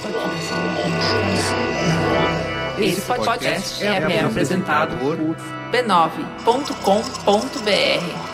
Esse podcast é apresentado por b9.com.br.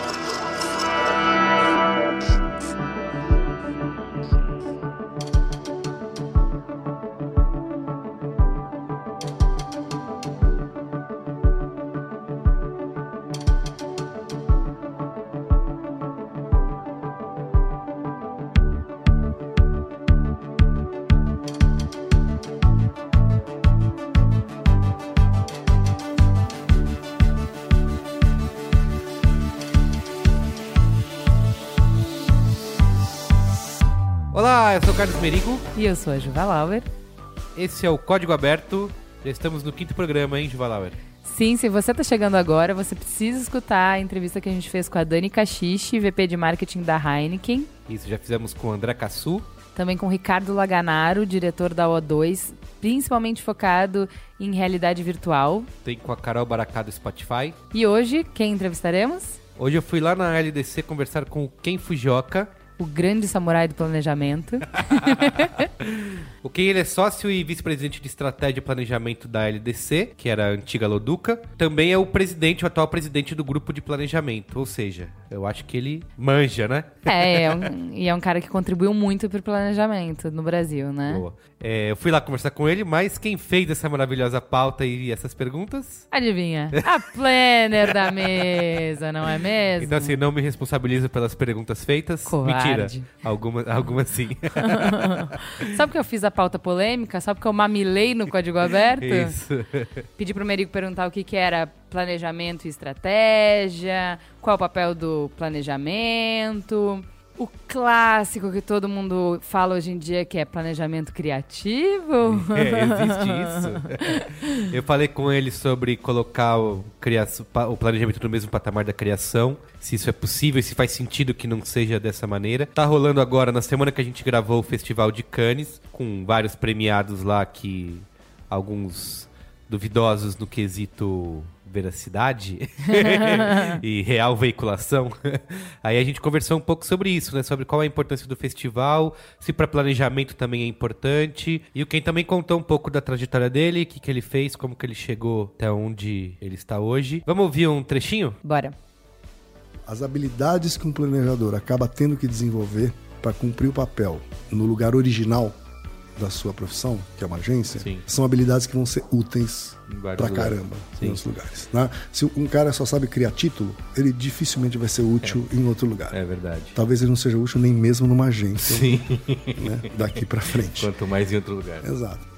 Olá, eu sou o Carlos Merigo. E eu sou a Juva Lauer. Esse é o Código Aberto. Já estamos no 5º programa, hein, Juva Lauer? Sim, se você tá chegando agora, você precisa escutar a entrevista que a gente fez com a Dani Cachiche, VP de Marketing da Heineken. Isso, já fizemos com o André Cassu. Também com o Ricardo Laganaro, diretor da O2, principalmente focado em realidade virtual. Tem com a Carol Baracá do Spotify. E hoje, quem entrevistaremos? Hoje eu fui lá na LDC conversar com o Ken Fujioka, o grande samurai do planejamento. O Ken, ele é sócio e vice-presidente de estratégia e planejamento da LDC, que era a antiga Loduca. Também é o atual presidente do grupo de planejamento, ou seja, eu acho que ele manja, né? E é um cara que contribuiu muito pro planejamento no Brasil, né? Boa. Eu fui lá conversar com ele, mas quem fez essa maravilhosa pauta e essas perguntas? Adivinha? A planner da mesa, não é mesmo? Então assim, não me responsabilizo pelas perguntas feitas. Covarde. Mentira, algumas sim. Sabe que eu fiz a pauta polêmica? Sabe que eu mamilei no Código Aberto? Isso. Pedi pro Merigo perguntar o que era planejamento e estratégia, qual é o papel do planejamento, o clássico que todo mundo fala hoje em dia que é planejamento criativo. Existe isso. Eu falei com ele sobre colocar o planejamento no mesmo patamar da criação, se isso é possível e se faz sentido que não seja dessa maneira. Tá rolando agora, na semana que a gente gravou, o Festival de Cannes, com vários premiados lá, que alguns duvidosos no quesito veracidade e real veiculação. Aí a gente conversou um pouco sobre isso, né? Sobre qual é a importância do festival, se para planejamento também é importante. E o Ken também contou um pouco da trajetória dele, o que ele fez, como que ele chegou até onde ele está hoje. Vamos ouvir um trechinho? Bora. As habilidades que um planejador acaba tendo que desenvolver para cumprir o papel no lugar original da sua profissão, que é uma agência, sim, são habilidades que vão ser úteis pra caramba em outros lugares, né? Se um cara só sabe criar título, ele dificilmente vai ser útil em outro lugar. É verdade. Talvez ele não seja útil nem mesmo numa agência. Sim. Né? Daqui pra frente. Quanto mais em outro lugar. Exato.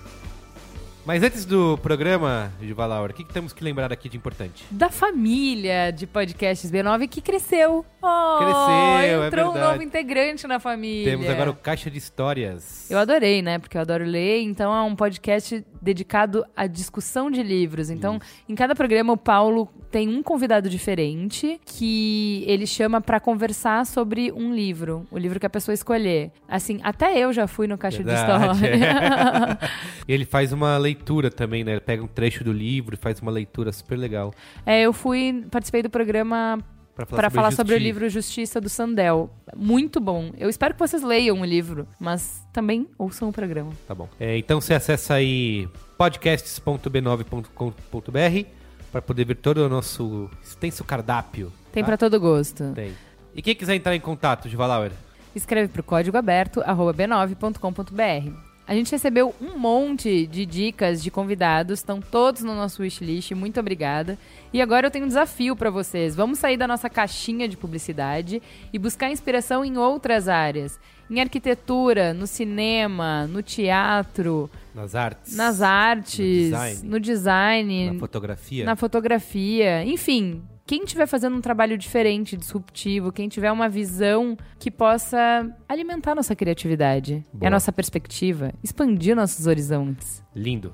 Mas antes do programa, Juva Lauer, o que temos que lembrar aqui de importante? Da família de podcasts B9 que cresceu. Cresceu, entrou um novo integrante na família. Temos agora o Caixa de Histórias. Eu adorei, né? Porque eu adoro ler. Então é um podcast dedicado à discussão de livros. Então, em cada programa, o Paulo tem um convidado diferente que ele chama pra conversar sobre um livro. O livro que a pessoa escolher. Assim, até eu já fui no Caixa de História. Ele faz uma leitura também, né? Ele pega um trecho do livro e faz uma leitura super legal. Eu participei do programa para falar sobre o livro Justiça do Sandel. Muito bom. Eu espero que vocês leiam o livro, mas também ouçam o programa. Tá bom. Então você acessa aí podcasts.b9.com.br para poder ver todo o nosso extenso cardápio. Tem para todo gosto. Tem. E quem quiser entrar em contato, Juva Lauer? Escreve pro códigoaberto@b9.com.br. A gente recebeu um monte de dicas de convidados, estão todos no nosso wishlist, muito obrigada. E agora eu tenho um desafio para vocês. Vamos sair da nossa caixinha de publicidade e buscar inspiração em outras áreas. Em arquitetura, no cinema, no teatro, nas artes, no design, na fotografia, enfim. Quem estiver fazendo um trabalho diferente, disruptivo, quem tiver uma visão que possa alimentar nossa criatividade, a nossa perspectiva, expandir nossos horizontes. Lindo.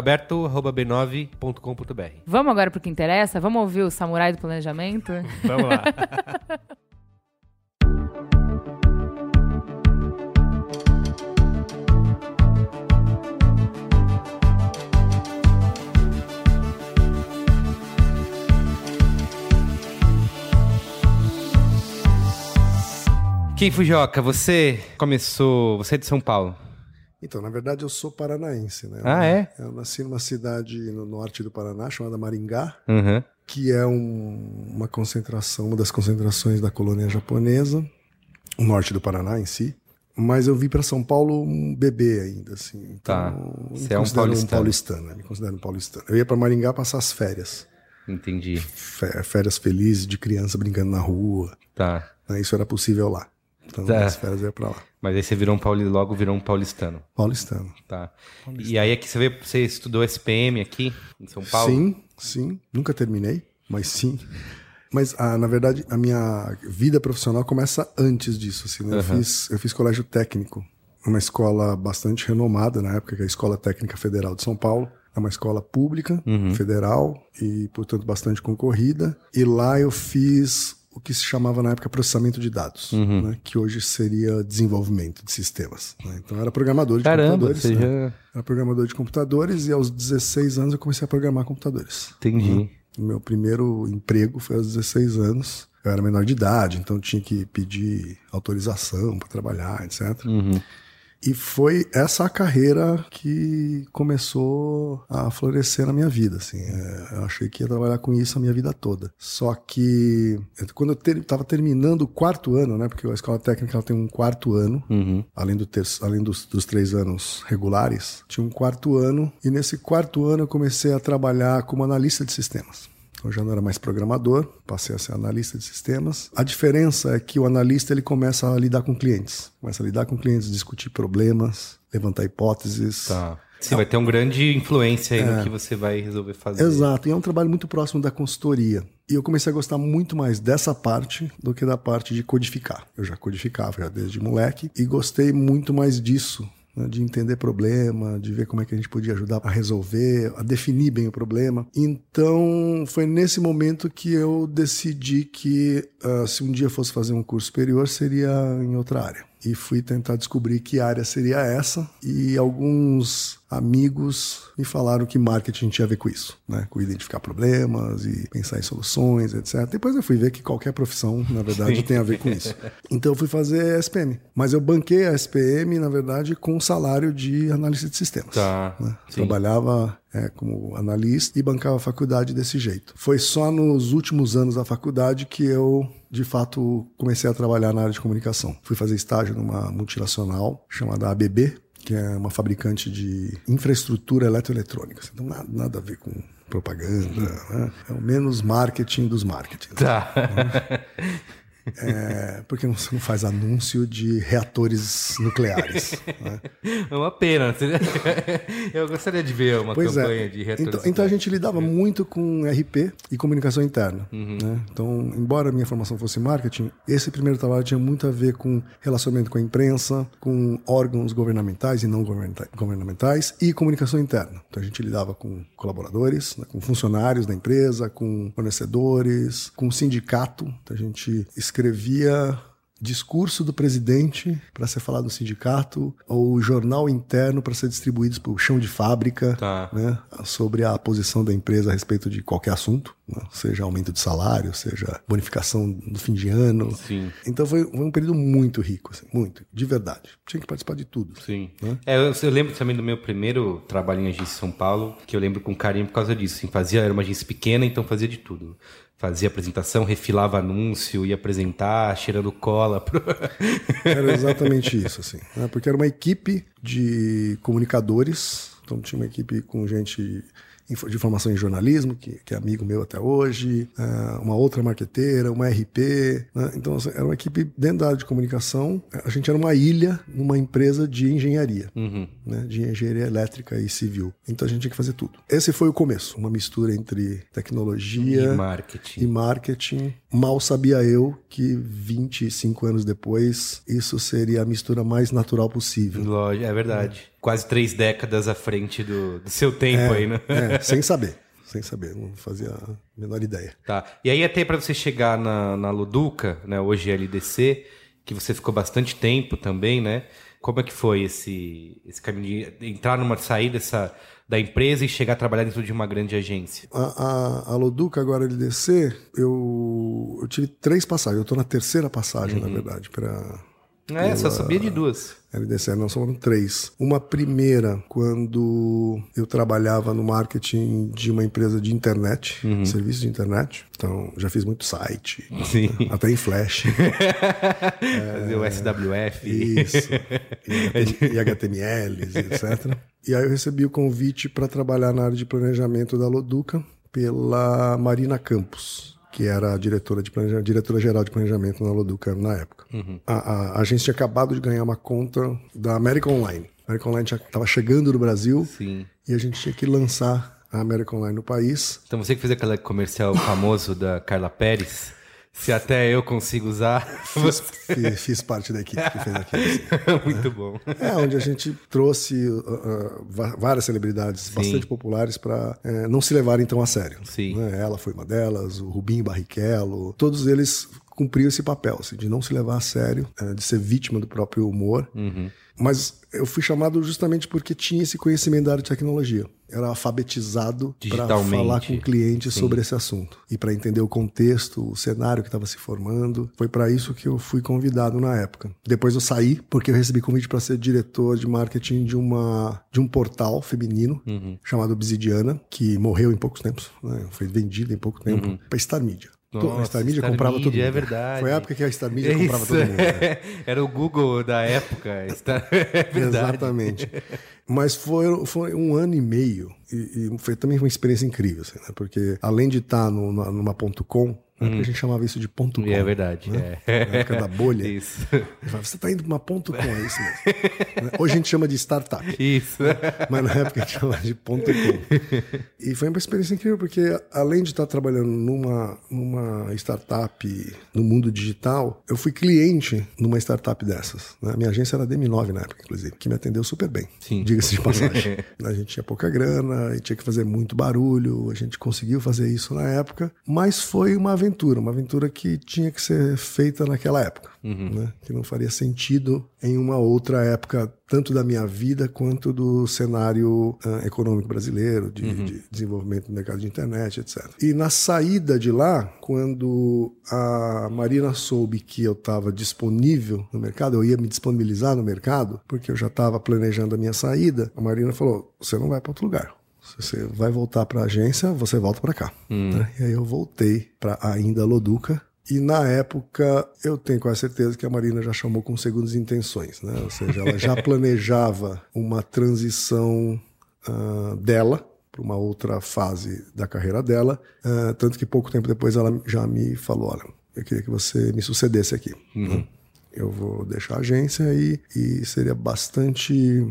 códigoaberto@b9.com.br. Vamos agora pro que interessa? Vamos ouvir o Samurai do Planejamento? Vamos lá. Ken Fujioka, você é de São Paulo. Então, na verdade, eu sou paranaense, né? É? Eu nasci numa cidade no norte do Paraná, chamada Maringá, Uhum. que é uma das concentrações da colônia japonesa, o norte do Paraná em si. Mas eu vim para São Paulo um bebê ainda, assim. Então, Tá. Você é me considero um paulistano. Me considero um paulistano. Eu ia para Maringá passar as férias. Entendi. Férias felizes de criança brincando na rua. Tá. Isso era possível lá. Então, as férias eu ia para lá. Mas aí você logo virou um paulistano. Paulistano. Tá. E aí aqui você estudou SPM aqui em São Paulo? Sim. Nunca terminei, mas sim. Mas, na verdade, a minha vida profissional começa antes disso. Assim, né? Eu fiz colégio técnico, uma escola bastante renomada na época, que é a Escola Técnica Federal de São Paulo. É uma escola pública, federal, e, portanto, bastante concorrida. E lá eu fiz o que se chamava na época processamento de dados, né? Que hoje seria desenvolvimento de sistemas. Né? Então, eu era programador de computadores. Né? Era programador de computadores e aos 16 anos eu comecei a programar computadores. Entendi. O meu primeiro emprego foi aos 16 anos. Eu era menor de idade, então tinha que pedir autorização para trabalhar, etc. E foi essa a carreira que começou a florescer na minha vida, assim. Eu achei que ia trabalhar com isso a minha vida toda. Só que quando eu estava terminando o 4º ano, né? Porque a escola técnica ela tem um 4º ano, além dos 3 anos regulares, tinha um 4º ano. E nesse 4º ano eu comecei a trabalhar como analista de sistemas. Eu já não era mais programador, passei a ser analista de sistemas. A diferença é que o analista ele começa a lidar com clientes. Começa a lidar com clientes, discutir problemas, levantar hipóteses. Tá. Você vai ter uma grande influência aí no que você vai resolver fazer. Exato, e é um trabalho muito próximo da consultoria. E eu comecei a gostar muito mais dessa parte do que da parte de codificar. Eu já codificava já desde moleque e gostei muito mais disso. De entender problema, de ver como é que a gente podia ajudar a resolver, a definir bem o problema. Então, foi nesse momento que eu decidi que se um dia fosse fazer um curso superior, seria em outra área. E fui tentar descobrir que área seria essa, e alguns amigos me falaram que marketing tinha a ver com isso, né? Com identificar problemas e pensar em soluções, etc. Depois eu fui ver que qualquer profissão, na verdade, tem a ver com isso. Então eu fui fazer SPM. Mas eu banquei a SPM, na verdade, com o salário de analista de sistemas. Tá. Né? Trabalhava como analista e bancava a faculdade desse jeito. Foi só nos últimos anos da faculdade que eu, de fato, comecei a trabalhar na área de comunicação. Fui fazer estágio numa multinacional chamada ABB, que é uma fabricante de infraestrutura eletroeletrônica. Então, nada a ver com propaganda, né? É o menos marketing dos marketings. Tá. Né? Porque você não faz anúncio de reatores nucleares. Né? É uma pena. Eu gostaria de ver uma campanha de reatores nucleares. Então a gente lidava muito com RP e comunicação interna. Né? Então, embora a minha formação fosse marketing, esse primeiro trabalho tinha muito a ver com relacionamento com a imprensa, com órgãos governamentais e não governamentais e comunicação interna. Então a gente lidava com colaboradores, né? Com funcionários da empresa, com fornecedores, com sindicato. Então a gente escrevia discurso do presidente para ser falado no sindicato, ou jornal interno para ser distribuído para o chão de fábrica, né, sobre a posição da empresa a respeito de qualquer assunto, né, seja aumento de salário, seja bonificação no fim de ano. Sim. Então foi um período muito rico, assim, muito, de verdade. Tinha que participar de tudo. Sim. Né? Eu lembro também do meu primeiro trabalho em agência em São Paulo, que eu lembro com carinho por causa disso. Assim, era uma agência pequena, então fazia de tudo. Fazia apresentação, refilava anúncio, ia apresentar, cheirando cola. Era exatamente isso, assim. Né? Porque era uma equipe de comunicadores, então tinha uma equipe com gente de formação em jornalismo, que é amigo meu até hoje, uma outra marqueteira, uma RP, né? Então assim, era uma equipe dentro da área de comunicação. A gente era uma ilha numa empresa de engenharia, né? De engenharia elétrica e civil. Então a gente tinha que fazer tudo. Esse foi o começo, uma mistura entre tecnologia e marketing. Mal sabia eu que 25 anos depois isso seria a mistura mais natural possível. Lógico, é verdade. Quase 3 décadas à frente do seu tempo aí, né? Sem saber, não fazia a menor ideia. Tá. E aí até para você chegar na Luduca, né, hoje é LDC, que você ficou bastante tempo também, né? Como é que foi esse caminho de entrar sair da empresa e chegar a trabalhar dentro de uma grande agência? A Luduca, agora LDC, eu tive 3 passagens. Eu estou na 3ª passagem, na verdade, para Só sabia de 2. LDC, não, foram 3. Uma primeira, quando eu trabalhava no marketing de uma empresa de internet, serviço de internet. Então, já fiz muito site, até em Flash. Fazer o SWF. Isso. E HTMLs, etc. E aí eu recebi o convite para trabalhar na área de planejamento da Loduca pela Marina Campos, que era a diretora-geral de planejamento na Loduca na época. A agência tinha acabado de ganhar uma conta da América Online. A América Online estava chegando no Brasil e a gente tinha que lançar a América Online no país. Então você que fez aquele comercial famoso da Carla Pérez, se até eu consigo usar... Fiz parte da equipe que fez aquilo. Assim. Muito bom. Onde a gente trouxe várias celebridades bastante populares para não se levarem tão a sério. Né? Ela foi uma delas, o Rubinho Barrichello, todos eles cumpriam esse papel, assim, de não se levar a sério, de ser vítima do próprio humor. Mas eu fui chamado justamente porque tinha esse conhecimento da área de tecnologia. Era alfabetizado para falar com o cliente sobre esse assunto. E para entender o contexto, o cenário que estava se formando. Foi para isso que eu fui convidado na época. Depois eu saí, porque eu recebi convite para ser diretor de marketing de um portal feminino chamado Obsidiana, que morreu em poucos tempos. Né? Foi vendido em pouco tempo para Star Media. Nossa, a Star Media comprava todo mundo. É verdade. Foi a época que a Star Media comprava todo mundo. Era o Google da época. É verdade. Exatamente. Mas foi 1 ano e meio. E foi também uma experiência incrível. Assim, né? Porque além de estar numa .com, a gente chamava isso de .com. É verdade. Né? Na época da bolha. Isso. Você está indo para uma .com, é isso mesmo. Hoje a gente chama de startup. Isso. Mas na época a gente chamava de .com. E foi uma experiência incrível, porque além de estar trabalhando numa startup no mundo digital, eu fui cliente numa startup dessas. Né? A minha agência era a DM9 na época, inclusive, que me atendeu super bem. Diga-se de passagem. A gente tinha pouca grana, e tinha que fazer muito barulho, a gente conseguiu fazer isso na época, mas foi uma aventura que tinha que ser feita naquela época, né? Que não faria sentido em uma outra época, tanto da minha vida quanto do cenário econômico brasileiro, de desenvolvimento do mercado de internet, etc. E na saída de lá, quando a Marina soube que eu estava disponível no mercado, eu ia me disponibilizar no mercado, porque eu já estava planejando a minha saída, a Marina falou, você não vai para outro lugar. Você vai voltar para a agência, você volta para cá. Né? E aí eu voltei para ainda Loduca. E na época, eu tenho quase certeza que a Marina já chamou com segundas intenções. Né? Ou seja, ela já planejava uma transição dela para uma outra fase da carreira dela. Tanto que pouco tempo depois ela já me falou, olha, eu queria que você me sucedesse aqui. Né? Eu vou deixar a agência e seria bastante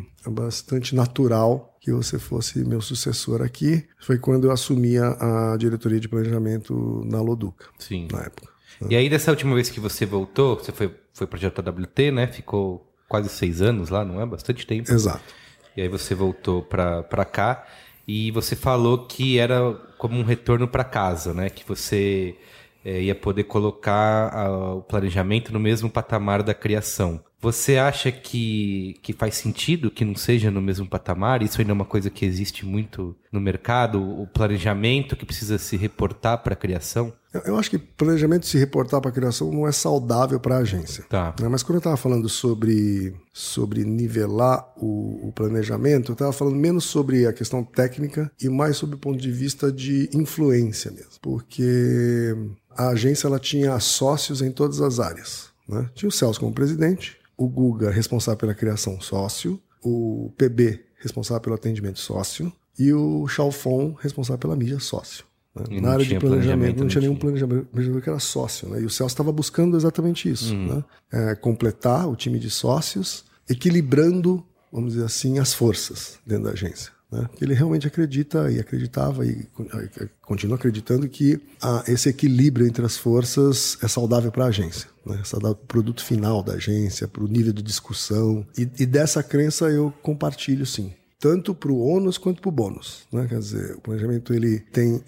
natural que você fosse meu sucessor aqui. Foi quando eu assumi a diretoria de planejamento na Loduca, na época. E aí, dessa última vez que você voltou, você foi para a JWT, né? Ficou quase 6 anos lá, não é? Bastante tempo. Exato. E aí você voltou para cá e você falou que era como um retorno para casa, né? Que você ia poder colocar o planejamento no mesmo patamar da criação. Você acha que faz sentido que não seja no mesmo patamar? Isso ainda é uma coisa que existe muito no mercado, o planejamento que precisa se reportar para a criação? Eu acho que planejamento se reportar para a criação não é saudável para a agência. Tá. Né? Mas quando eu estava falando sobre nivelar o planejamento, eu estava falando menos sobre a questão técnica e mais sobre o ponto de vista de influência mesmo. Porque a agência ela tinha sócios em todas as áreas. Né? Tinha o Celso como presidente, o Guga responsável pela criação sócio, o PB responsável pelo atendimento sócio e o Chalfon responsável pela mídia sócio. Né? Na área de planejamento não tinha nenhum planejamento que era sócio. Né? E o Celso estava buscando exatamente isso. Né? Completar o time de sócios, equilibrando, vamos dizer assim, as forças dentro da agência. Né? Ele realmente acredita e acreditava e continua acreditando que esse equilíbrio entre as forças é saudável para a agência, né? É saudável para o produto final da agência, para o nível de discussão. E dessa crença eu compartilho, sim. Tanto para o ônus quanto para o bônus. Né? Quer dizer, o planejamento ele tem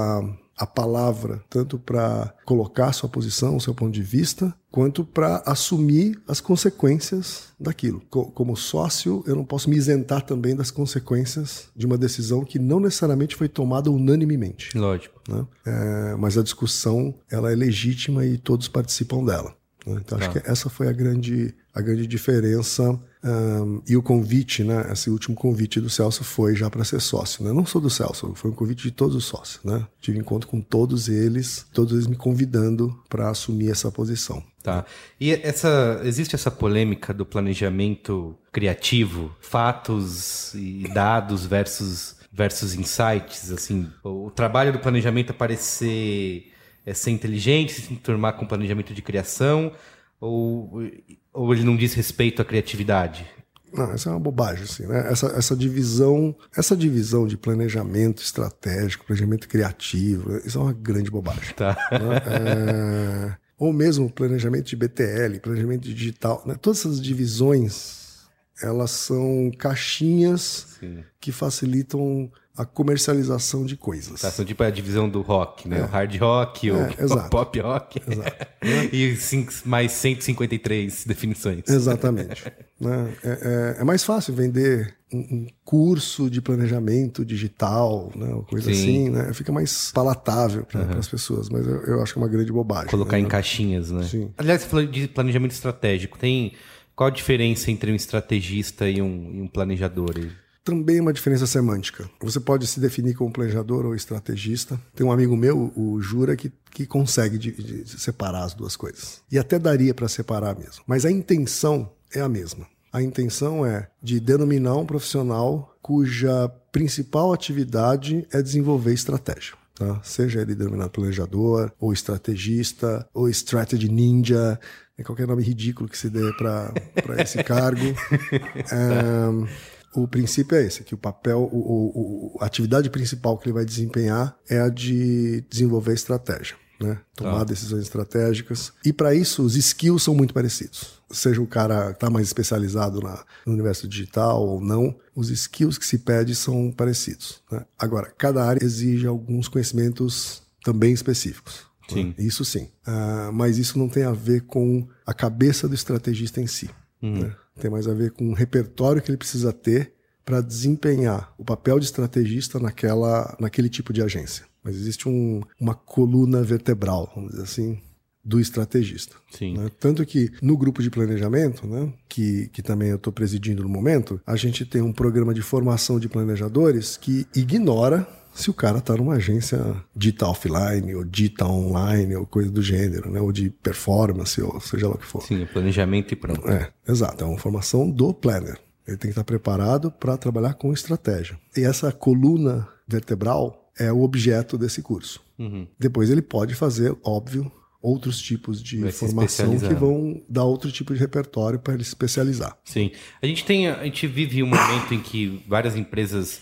a palavra tanto para colocar a sua posição, o seu ponto de vista, quanto para assumir as consequências daquilo. Como sócio, eu não posso me isentar também das consequências de uma decisão que não necessariamente foi tomada unanimemente. Lógico. Né? Mas a discussão ela é legítima e todos participam dela. Né? Então, acho que essa foi a grande A grande diferença e o convite, né? Esse último convite do Celso foi já para ser sócio, né? Não sou do Celso, foi um convite de todos os sócios, né? Tive encontro com todos eles me convidando para assumir essa posição. Tá. E existe essa polêmica do planejamento criativo, fatos e dados versus insights, assim, o trabalho do planejamento parece ser inteligente, se enturmar com planejamento de criação, ou ele não diz respeito à criatividade? Não, isso é uma bobagem, assim, né? Essa divisão de planejamento estratégico, planejamento criativo, isso é uma grande bobagem. Tá. Né? Ou mesmo planejamento de BTL, planejamento digital, né? Todas essas divisões, elas são caixinhas que facilitam a comercialização de coisas. Tá, são tipo a divisão do rock, né? O hard rock, o pop rock. Exato. E mais 153 definições. Exatamente. Né? É mais fácil vender um curso de planejamento digital, né? Uma coisa assim, né? Fica mais palatável para as pessoas, mas eu acho que é uma grande bobagem. Colocar né? em caixinhas, né? Sim. Aliás, você falou de planejamento estratégico. Qual a diferença entre um estrategista e um planejador? Também uma diferença semântica. Você pode se definir como planejador ou estrategista. Tem um amigo meu, o Jura, que consegue de separar as duas coisas. E até daria para separar mesmo. Mas a intenção é a mesma. A intenção é de denominar um profissional cuja principal atividade é desenvolver estratégia. Tá? Seja ele denominado planejador, ou estrategista, ou strategy ninja, qualquer nome ridículo que se dê para esse cargo. O princípio é esse, que o papel, a atividade principal que ele vai desempenhar é a de desenvolver estratégia, né? Tomar decisões estratégicas. E para isso, os skills são muito parecidos. Seja o cara está mais especializado no universo digital ou não, os skills que se pede são parecidos, né? Agora, cada área exige alguns conhecimentos também específicos. Sim. Né? Isso sim. Mas isso não tem a ver com a cabeça do estrategista em si. Né? Tem mais a ver com o repertório que ele precisa ter para desempenhar o papel de estrategista naquele tipo de agência. Mas existe uma coluna vertebral, vamos dizer assim, do estrategista. Sim. Né? Tanto que no grupo de planejamento, né, que também eu estou presidindo no momento, a gente tem um programa de formação de planejadores que ignora se o cara está numa agência dita offline, ou dita online, ou coisa do gênero, né? Ou de performance, ou seja lá o que for. Sim, planejamento e pronto. Exato. É uma formação do planner. Ele tem que estar preparado para trabalhar com estratégia. E essa coluna vertebral é o objeto desse curso. Depois ele pode fazer, óbvio, outros tipos de formação que vão dar outro tipo de repertório para ele se especializar. Sim. A gente vive um momento em que várias empresas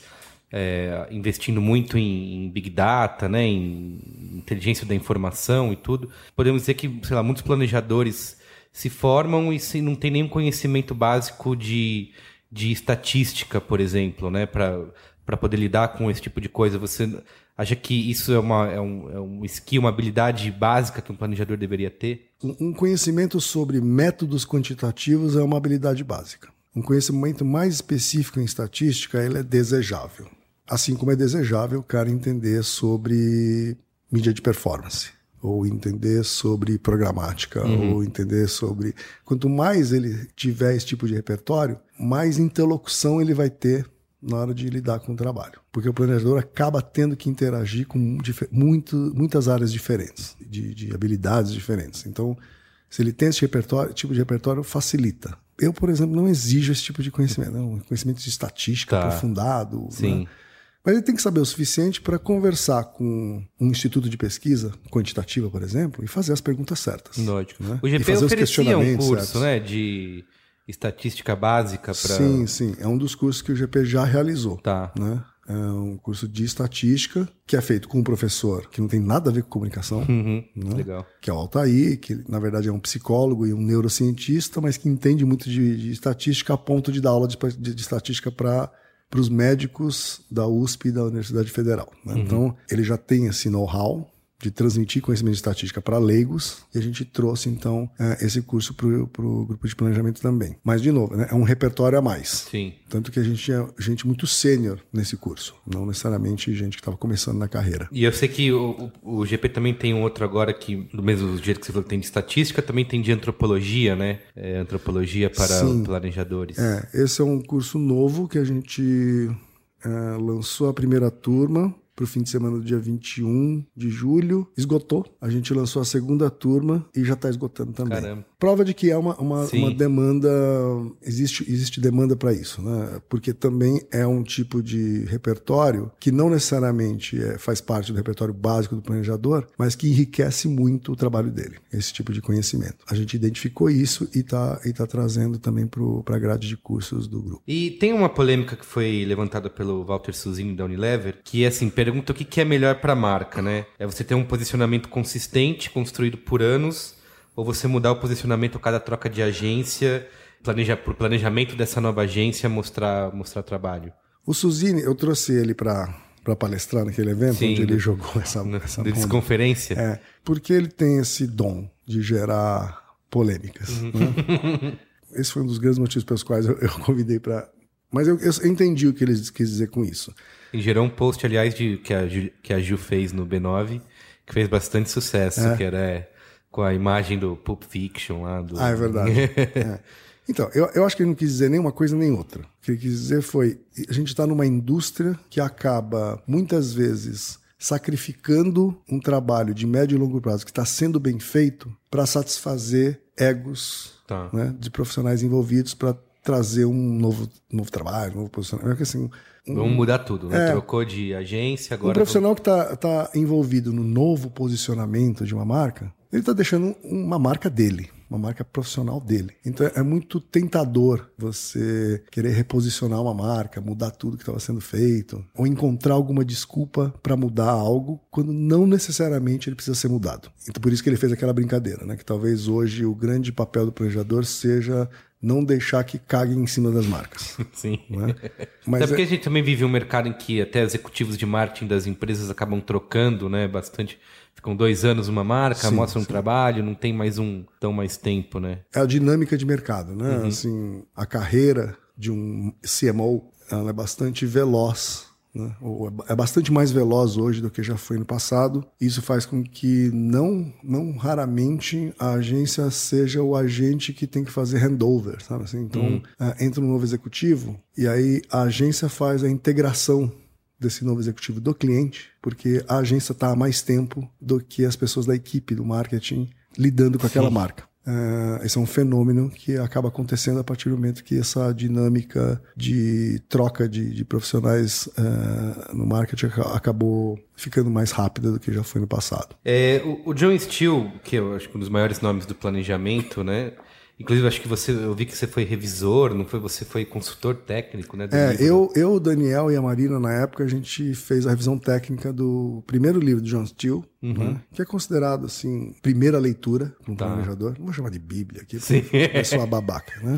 investindo muito em Big Data, né, em inteligência da informação e tudo. Podemos dizer que, sei lá, muitos planejadores se formam e não tem nenhum conhecimento básico de estatística, por exemplo, né, para poder lidar com esse tipo de coisa. Você acha que isso é um skill, uma habilidade básica que um planejador deveria ter? Um conhecimento sobre métodos quantitativos é uma habilidade básica. Um conhecimento mais específico em estatística, ele é desejável. Assim como é desejável o cara entender sobre mídia de performance, ou entender sobre programática, ou entender sobre... Quanto mais ele tiver esse tipo de repertório, mais interlocução ele vai ter na hora de lidar com o trabalho. Porque o planejador acaba tendo que interagir com muitas áreas diferentes, de habilidades diferentes. Então, se ele tem esse tipo de repertório, facilita. Eu, por exemplo, não exijo esse tipo de conhecimento. Um conhecimento de estatística aprofundado. Sim. Né? Mas ele tem que saber o suficiente para conversar com um instituto de pesquisa quantitativa, por exemplo, e fazer as perguntas certas. Lógico. Né? O GP oferecia um curso, né, de estatística básica para... Sim. É um dos cursos que o GP já realizou. Tá. Né? É um curso de estatística que é feito com um professor que não tem nada a ver com comunicação. Né? Legal. Que é o Altair, que na verdade é um psicólogo e um neurocientista, mas que entende muito de estatística a ponto de dar aula de estatística para os médicos da USP e da Universidade Federal. Né? Então, ele já tem esse know-how, de transmitir conhecimento de estatística para leigos, e a gente trouxe, então, esse curso para o grupo de planejamento também. Mas, de novo, né, é um repertório a mais. Sim. Tanto que a gente tinha gente muito sênior nesse curso, não necessariamente gente que estava começando na carreira. E eu sei que o GP também tem um outro agora que, do mesmo jeito que você falou que tem de estatística, também tem de antropologia, né? Antropologia para planejadores. Esse é um curso novo que a gente lançou a primeira turma para o fim de semana do dia 21 de julho. Esgotou. A gente lançou a segunda turma e já está esgotando também. Caramba. Prova de que é uma demanda, existe demanda para isso, né? Porque também é um tipo de repertório que não necessariamente faz parte do repertório básico do planejador, mas que enriquece muito o trabalho dele, esse tipo de conhecimento. A gente identificou isso e tá trazendo também para a grade de cursos do grupo. E tem uma polêmica que foi levantada pelo Walter Suzini da Unilever, que é assim, pergunta o que é melhor para a marca, né? É você ter um posicionamento consistente, construído por anos, ou você mudar o posicionamento a cada troca de agência, por planejamento dessa nova agência, mostrar trabalho? O Suzini, eu trouxe ele para palestrar naquele evento, onde ele jogou essa desconferência. Porque ele tem esse dom de gerar polêmicas. Né? Esse foi um dos grandes motivos pelos quais eu convidei para... Mas eu entendi o que ele quis dizer com isso. E gerou um post, aliás, que a Gil fez no B9, que fez bastante sucesso, que era com a imagem do Pulp Fiction lá. É verdade. Então, eu acho que ele não quis dizer nem uma coisa nem outra. O que ele quis dizer foi, a gente está numa indústria que acaba, muitas vezes, sacrificando um trabalho de médio e longo prazo que está sendo bem feito para satisfazer egos né, de profissionais envolvidos para trazer um novo trabalho, um novo posicionamento. Assim, vamos mudar tudo, né? Trocou de agência, agora... Um profissional que está envolvido no novo posicionamento de uma marca, ele está deixando uma marca dele, uma marca profissional dele. Então é muito tentador você querer reposicionar uma marca, mudar tudo que estava sendo feito, ou encontrar alguma desculpa para mudar algo, quando não necessariamente ele precisa ser mudado. Então por isso que ele fez aquela brincadeira, né? Que talvez hoje o grande papel do planejador seja não deixar que caguem em cima das marcas. Sim. Né? Mas até porque a gente também vive um mercado em que até executivos de marketing das empresas acabam trocando, né, bastante. Ficam 2 anos uma marca, mostram um trabalho, não tem mais tão mais tempo, né? É a dinâmica de mercado, né? Assim, a carreira de um CMO, ela é bastante veloz, né? Ou é bastante mais veloz hoje do que já foi no passado. Isso faz com que não raramente a agência seja o agente que tem que fazer handover, sabe assim? Então, entra um novo executivo e aí a agência faz a integração desse novo executivo do cliente, porque a agência está há mais tempo do que as pessoas da equipe do marketing lidando com aquela marca. Esse é um fenômeno que acaba acontecendo a partir do momento que essa dinâmica de troca de profissionais no marketing acabou ficando mais rápida do que já foi no passado. O John Steele, que eu acho que um dos maiores nomes do planejamento, né? Inclusive, acho que eu vi que você foi revisor, não foi? Você foi consultor técnico, né? Eu, o Daniel e a Marina, na época, a gente fez a revisão técnica do primeiro livro do John Steele, né, que é considerado, assim, primeira leitura para um planejador. Não vou chamar de Bíblia aqui, porque eu sou uma babaca, né?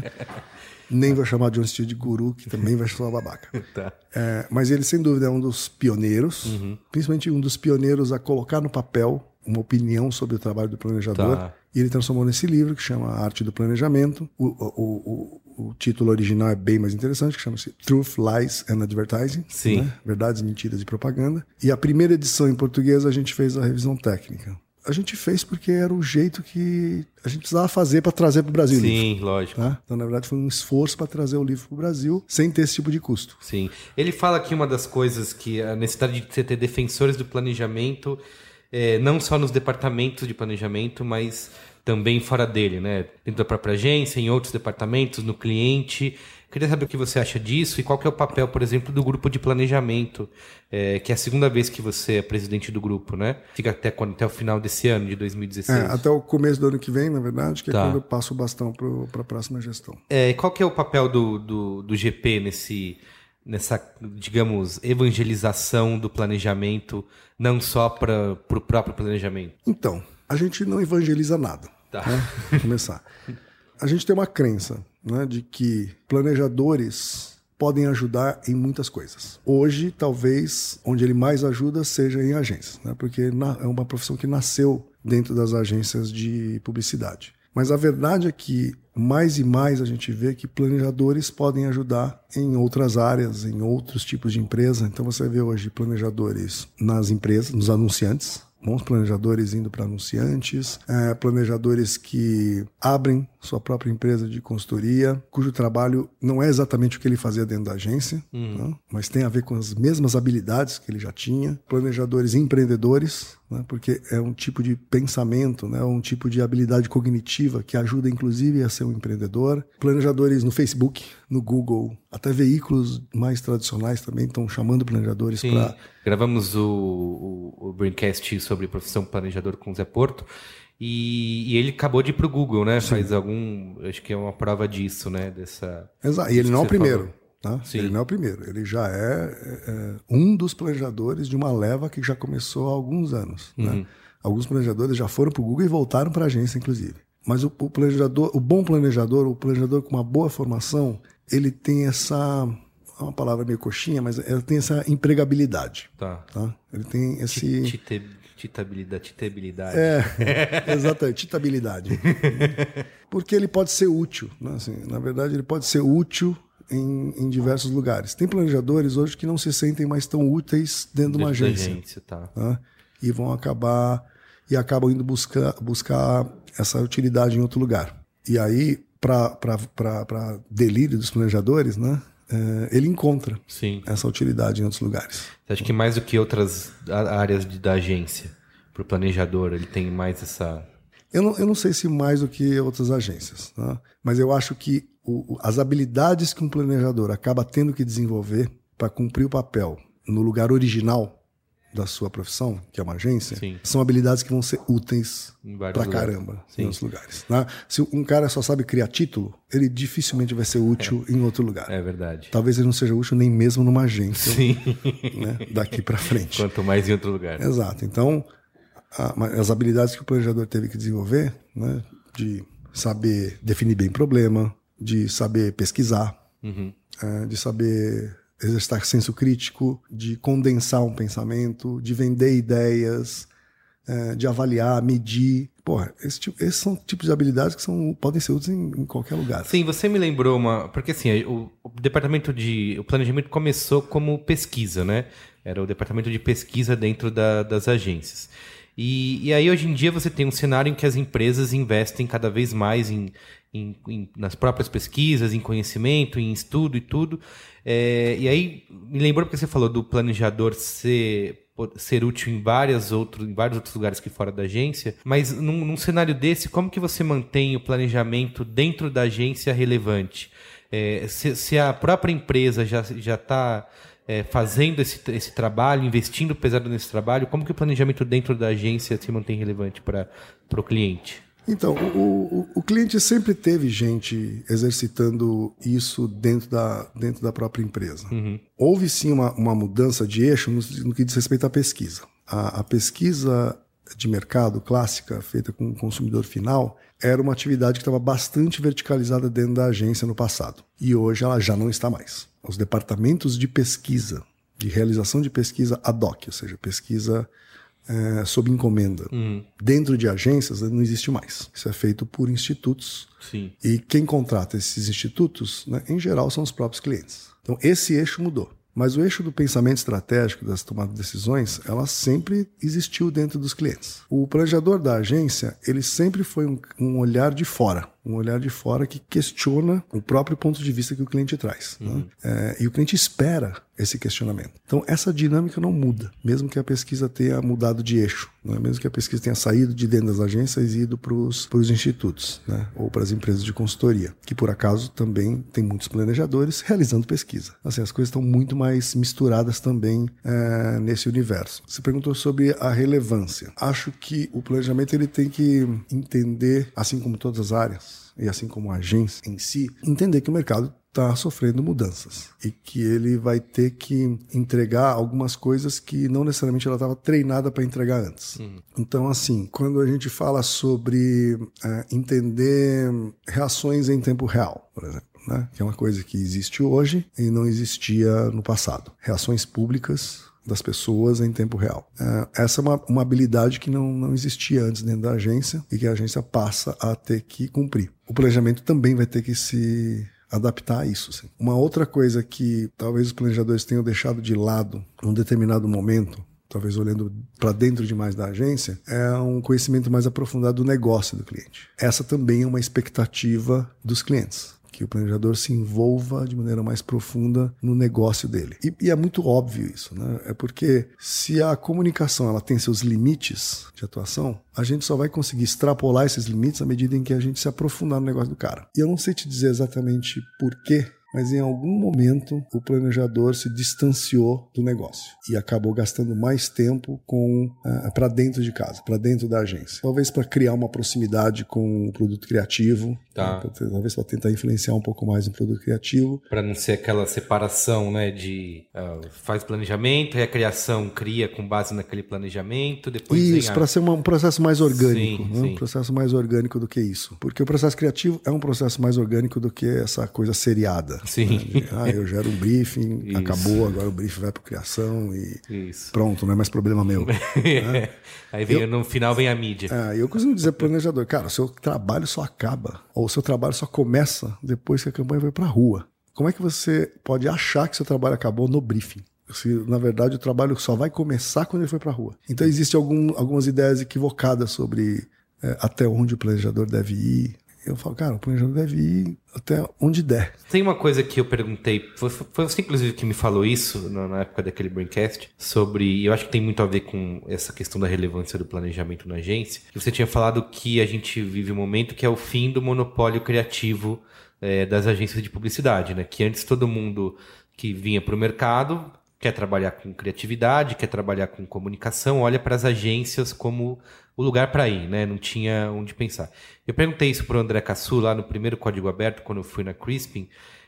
Nem vou chamar John Steele de guru, que também vai ser uma babaca. Mas ele, sem dúvida, é um dos pioneiros, principalmente um dos pioneiros a colocar no papel uma opinião sobre o trabalho do planejador. E ele transformou nesse livro que chama A Arte do Planejamento. O título original é bem mais interessante, que chama-se Truth, Lies and Advertising. Né? Verdades, Mentiras e Propaganda. E a primeira edição em português a gente fez a revisão técnica. A gente fez porque era o jeito que a gente precisava fazer para trazer para o Brasil. Sim, lógico. Tá? Então, na verdade, foi um esforço para trazer o livro para o Brasil sem ter esse tipo de custo. Sim. Ele fala aqui uma das coisas que a necessidade de você ter defensores do planejamento, não só nos departamentos de planejamento, mas também fora dele, né? Dentro da própria agência, em outros departamentos, no cliente. Queria saber o que você acha disso e qual que é o papel, por exemplo, do grupo de planejamento, que é a segunda vez que você é presidente do grupo, né? Fica até o final desse ano, de 2016. Até o começo do ano que vem, na verdade, que é quando eu passo o bastão para a próxima gestão. E qual que é o papel do GP nessa, digamos, evangelização do planejamento, não só para o próprio planejamento? Então, a gente não evangeliza nada. Né? Vamos começar. A gente tem uma crença, né, de que planejadores podem ajudar em muitas coisas. Hoje, talvez, onde ele mais ajuda seja em agências, né? Porque é uma profissão que nasceu dentro das agências de publicidade. Mas a verdade é que mais e mais a gente vê que planejadores podem ajudar em outras áreas, em outros tipos de empresa. Então você vê hoje planejadores nas empresas, nos anunciantes, bons planejadores indo para anunciantes, planejadores que abrem sua própria empresa de consultoria, cujo trabalho não é exatamente o que ele fazia dentro da agência, né? Mas tem a ver com as mesmas habilidades que ele já tinha. Planejadores empreendedores, né? Porque é um tipo de pensamento, né? Um tipo de habilidade cognitiva que ajuda inclusive a ser um empreendedor. Planejadores no Facebook, no Google, até veículos mais tradicionais também estão chamando planejadores para... Gravamos o Braincast sobre profissão planejador com o Zé Porto e ele acabou de ir para o Google, né? Sim. Acho que é uma prova disso, né? Exato, e ele não é o primeiro. Tá? Ele não é o primeiro, ele já é um dos planejadores de uma leva que já começou há alguns anos. Né? Alguns planejadores já foram para o Google e voltaram para a agência, inclusive. Mas o bom planejador, o planejador com uma boa formação, ele tem essa... É uma palavra meio coxinha, mas ela tem essa empregabilidade. Tá? Ele tem esse... Titabilidade. Exatamente, titabilidade. Porque ele pode ser útil. Né? Assim, na verdade, ele pode ser útil em diversos lugares. Tem planejadores hoje que não se sentem mais tão úteis dentro de uma agência. Tá? E acabam indo buscar essa utilidade em outro lugar. E aí, para delírio dos planejadores, né? Ele encontra essa utilidade em outros lugares. Você acha que mais do que outras áreas da agência, para o planejador, ele tem mais essa... Eu não sei se mais do que outras agências, né? Mas eu acho que as habilidades que um planejador acaba tendo que desenvolver para cumprir o papel no lugar original da sua profissão, que é uma agência, são habilidades que vão ser úteis pra caramba em outros lugares. Né? Se um cara só sabe criar título, ele dificilmente vai ser útil em outro lugar. É verdade. Talvez ele não seja útil nem mesmo numa agência, né? Daqui pra frente. Quanto mais em outro lugar. Exato. Então, as habilidades que o planejador teve que desenvolver, né? De saber definir bem problema, de saber pesquisar, de saber... exercitar senso crítico, de condensar um pensamento, de vender ideias, de avaliar, medir. Porra, esses são tipos de habilidades que podem ser úteis em qualquer lugar. Sim, você me lembrou porque assim, o departamento o planejamento começou como pesquisa, né? Era o departamento de pesquisa dentro das agências. E aí, hoje em dia, você tem um cenário em que as empresas investem cada vez mais nas próprias pesquisas, em conhecimento, em estudo e tudo. E aí, me lembrou porque você falou do planejador ser útil em vários outros lugares que fora da agência, mas num cenário desse, como que você mantém o planejamento dentro da agência relevante? Se a própria empresa já está... fazendo esse trabalho, investindo pesado nesse trabalho, como que o planejamento dentro da agência se mantém relevante para o cliente? Então, o cliente sempre teve gente exercitando isso dentro da própria empresa. Houve sim uma mudança de eixo no que diz respeito à pesquisa. A pesquisa de mercado clássica, feita com o consumidor final, era uma atividade que estava bastante verticalizada dentro da agência no passado. E hoje ela já não está mais. Os departamentos de pesquisa, de realização de pesquisa ad hoc, ou seja, pesquisa sob encomenda, dentro de agências não existe mais. Isso é feito por institutos. Sim. E quem contrata esses institutos, né, em geral, são os próprios clientes. Então, esse eixo mudou. Mas o eixo do pensamento estratégico, das tomadas de decisões, ela sempre existiu dentro dos clientes. O planejador da agência, ele sempre foi um olhar de fora. Um olhar de fora que questiona o próprio ponto de vista que o cliente traz. Né? E o cliente espera esse questionamento. Então, essa dinâmica não muda, mesmo que a pesquisa tenha mudado de eixo, né? Mesmo que a pesquisa tenha saído de dentro das agências e ido para os institutos, né? Ou para as empresas de consultoria, que por acaso também tem muitos planejadores realizando pesquisa. Assim, as coisas estão muito mais misturadas também nesse universo. Você perguntou sobre a relevância. Acho que o planejamento ele tem que entender, assim como todas as áreas, e assim como a agência em si, entender que o mercado está sofrendo mudanças e que ele vai ter que entregar algumas coisas que não necessariamente ela estava treinada para entregar antes. Então, assim, quando a gente fala sobre entender reações em tempo real, por exemplo, né? Que é uma coisa que existe hoje e não existia no passado. Reações públicas das pessoas em tempo real. Essa é uma habilidade que não existia antes dentro da agência e que a agência passa a ter que cumprir. O planejamento também vai ter que se adaptar a isso. Sim. Uma outra coisa que talvez os planejadores tenham deixado de lado num determinado momento, talvez olhando para dentro demais da agência, é um conhecimento mais aprofundado do negócio do cliente. Essa também é uma expectativa dos clientes, que o planejador se envolva de maneira mais profunda no negócio dele. E é muito óbvio isso, né? É porque se a comunicação ela tem seus limites de atuação, a gente só vai conseguir extrapolar esses limites à medida em que a gente se aprofundar no negócio do cara. E eu não sei te dizer exatamente por quê, mas em algum momento o planejador se distanciou do negócio e acabou gastando mais tempo para dentro de casa, para dentro da agência. Talvez para criar uma proximidade com o produto criativo, talvez para tentar influenciar um pouco mais o produto criativo. Para não ser aquela separação, né, de faz planejamento e a criação cria com base naquele planejamento, depois isso, para ser um processo mais orgânico. Sim, né? sim. Um processo mais orgânico do que isso. Porque o processo criativo é um processo mais orgânico do que essa coisa seriada. Sim. Né? Eu gero um briefing, Isso. Acabou, agora o briefing vai para criação e Isso. pronto, não é mais problema meu. Né? Aí no final vem a mídia. Eu costumo dizer pro planejador, cara, o seu trabalho só acaba, ou o seu trabalho só começa depois que a campanha vai para a rua. Como é que você pode achar que seu trabalho acabou no briefing? Se, na verdade, o trabalho só vai começar quando ele foi para a rua. Então, existem algumas ideias equivocadas sobre até onde o planejador deve ir. Eu falo, cara, o planejador deve ir até onde der. Tem uma coisa que eu perguntei, foi você inclusive que me falou isso na época daquele Braincast, sobre, eu acho que tem muito a ver com essa questão da relevância do planejamento na agência, que você tinha falado que a gente vive um momento que é o fim do monopólio criativo das agências de publicidade, né? Que antes todo mundo que vinha para o mercado quer trabalhar com criatividade, quer trabalhar com comunicação, olha para as agências como o lugar para ir, né? Não tinha onde pensar. Eu perguntei isso para o André Cassu lá no primeiro Código Aberto, quando eu fui na Crispin,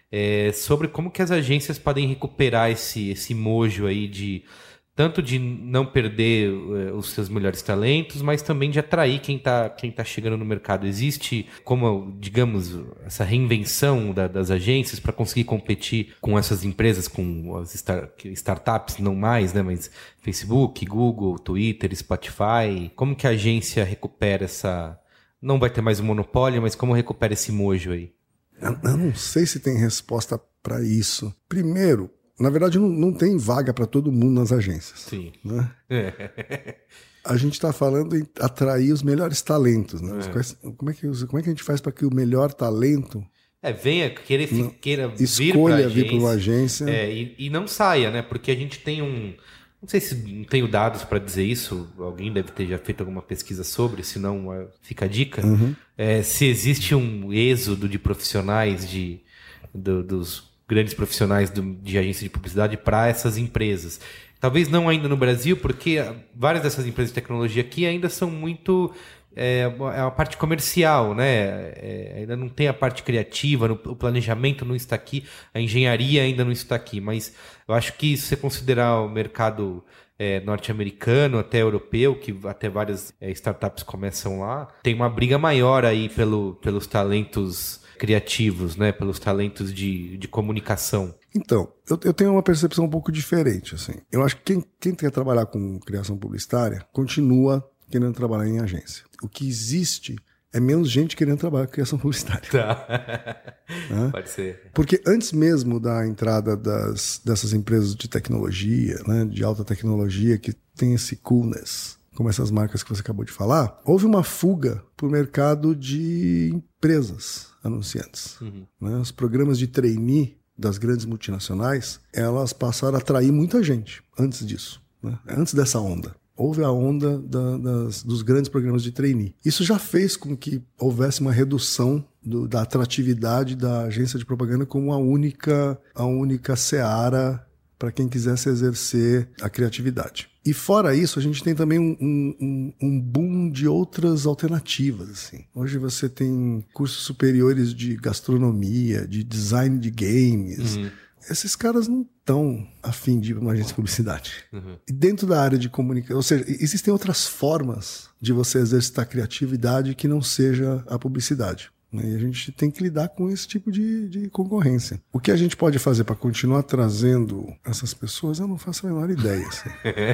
sobre como que as agências podem recuperar esse mojo aí tanto de não perder os seus melhores talentos, mas também de atrair quem tá chegando no mercado. Existe, como, digamos, essa reinvenção das agências para conseguir competir com essas empresas, com as startups, não mais, né? Mas Facebook, Google, Twitter, Spotify. Como que a agência recupera essa... Não vai ter mais um monopólio, mas como recupera esse mojo aí? Eu não sei se tem resposta para isso. Primeiro, na verdade, não tem vaga para todo mundo nas agências. Sim. Né? A gente está falando em atrair os melhores talentos. Né? Como é que a gente faz para que o melhor talento venha, queira escolha vir para uma agência e não saia, né? Porque a gente tem não sei se não tenho dados para dizer isso, alguém deve ter já feito alguma pesquisa sobre, se não fica a dica. Se existe um êxodo de profissionais dos grandes profissionais de agência de publicidade para essas empresas. Talvez não ainda no Brasil, porque várias dessas empresas de tecnologia aqui ainda são muito... a parte comercial, né? Ainda não tem a parte criativa, o planejamento não está aqui, a engenharia ainda não está aqui, mas eu acho que se você considerar o mercado norte-americano, até europeu, que até várias startups começam lá, tem uma briga maior aí pelos talentos criativos, né? Pelos talentos de comunicação. Então, eu tenho uma percepção um pouco diferente. Assim. Eu acho que quem quer trabalhar com criação publicitária continua querendo trabalhar em agência. O que existe é menos gente querendo trabalhar com criação publicitária. Tá. Pode ser. Porque antes mesmo da entrada dessas empresas de tecnologia, né, de alta tecnologia, que tem esse coolness, como essas marcas que você acabou de falar, houve uma fuga para o mercado de empresas anunciantes. Né? Os programas de trainee das grandes multinacionais, elas passaram a atrair muita gente antes disso, né? Antes dessa onda. Houve a onda dos grandes programas de trainee. Isso já fez com que houvesse uma redução da atratividade da agência de propaganda como a única seara para quem quisesse exercer a criatividade. E fora isso, a gente tem também um boom de outras alternativas. Assim. Hoje você tem cursos superiores de gastronomia, de design de games. Esses caras não estão a fim de ir para uma agência de publicidade. E dentro da área de comunicação, ou seja, existem outras formas de você exercitar criatividade que não seja a publicidade. né? E a gente tem que lidar com esse tipo de concorrência. O que a gente pode fazer para continuar trazendo essas pessoas, eu não faço a menor ideia. Assim.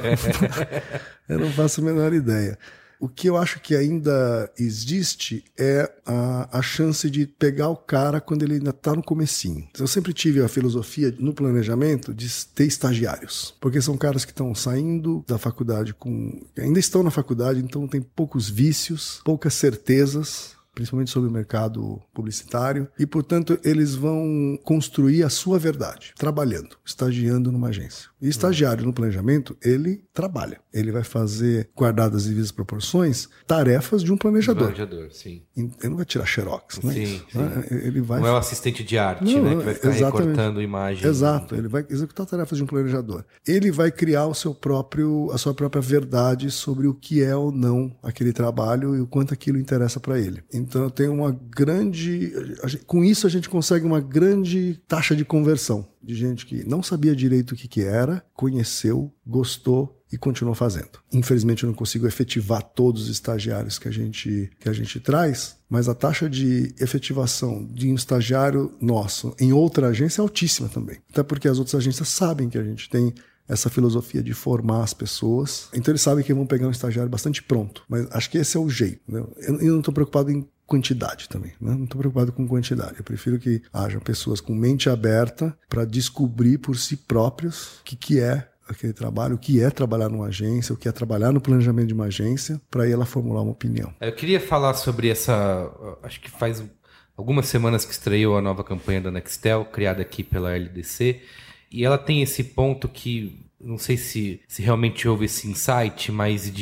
Eu não faço a menor ideia. O que eu acho que ainda existe é a chance de pegar o cara quando ele ainda está no comecinho. Eu sempre tive a filosofia no planejamento de ter estagiários, porque são caras que estão saindo da faculdade, ainda estão na faculdade, então tem poucos vícios, poucas certezas, principalmente sobre o mercado publicitário, e, portanto, eles vão construir a sua verdade, trabalhando, estagiando numa agência. E estagiário no planejamento, ele trabalha. Ele vai fazer, guardadas as devidas proporções, tarefas de um planejador. Planejador, sim. Ele não vai tirar xerox, né? Sim, sim. Ele vai... Não é o assistente de arte, né? Que vai ficar recortando imagens. Exato, ele vai executar tarefas de um planejador. Ele vai criar a sua própria verdade sobre o que é ou não aquele trabalho e o quanto aquilo interessa para ele. Então, eu tenho uma grande... Com isso, a gente consegue uma grande taxa de conversão de gente que não sabia direito o que era, conheceu, gostou e continuou fazendo. Infelizmente, eu não consigo efetivar todos os estagiários que a gente traz, mas a taxa de efetivação de um estagiário nosso em outra agência é altíssima também. Até porque as outras agências sabem que a gente tem essa filosofia de formar as pessoas. Então, eles sabem que vão pegar um estagiário bastante pronto. Mas acho que esse é o jeito, né? Eu não estou preocupado em quantidade também, né? Não estou preocupado com quantidade. Eu prefiro que haja pessoas com mente aberta para descobrir por si próprios o que é aquele trabalho, o que é trabalhar numa agência, o que é trabalhar no planejamento de uma agência, para aí ela formular uma opinião. Eu queria falar sobre essa... Acho que faz algumas semanas que estreou a nova campanha da Nextel, criada aqui pela LDC, e ela tem esse ponto que, não sei se realmente houve esse insight, mas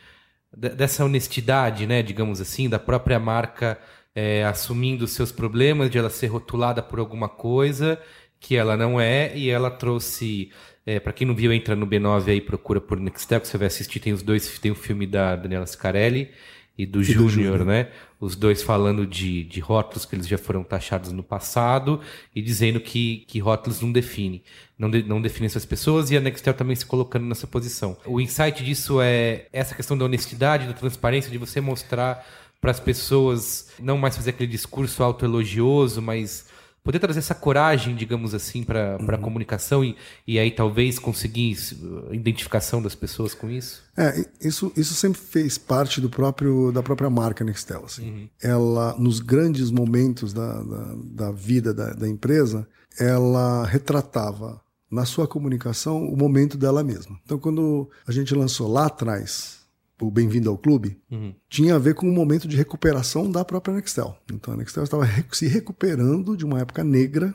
dessa honestidade, né, digamos assim, da própria marca assumindo os seus problemas, de ela ser rotulada por alguma coisa que ela não é, e ela trouxe... para quem não viu, entra no B9 aí, procura por Nextel, que você vai assistir, tem o filme da Daniela Scarelli e do Júnior, né? Os dois falando de rótulos que eles já foram taxados no passado e dizendo que rótulos não definem essas pessoas, e a Nextel também se colocando nessa posição. O insight disso é essa questão da honestidade, da transparência, de você mostrar para as pessoas, não mais fazer aquele discurso autoelogioso, mas poder trazer essa coragem, digamos assim, para a comunicação e aí talvez conseguir identificação das pessoas com isso? Isso sempre fez parte da própria marca Nextel. Assim. Ela, nos grandes momentos da vida da empresa, ela retratava na sua comunicação o momento dela mesma. Então, quando a gente lançou lá atrás o Bem-vindo ao Clube, tinha a ver com um momento de recuperação da própria Nextel. Então a Nextel estava se recuperando de uma época negra,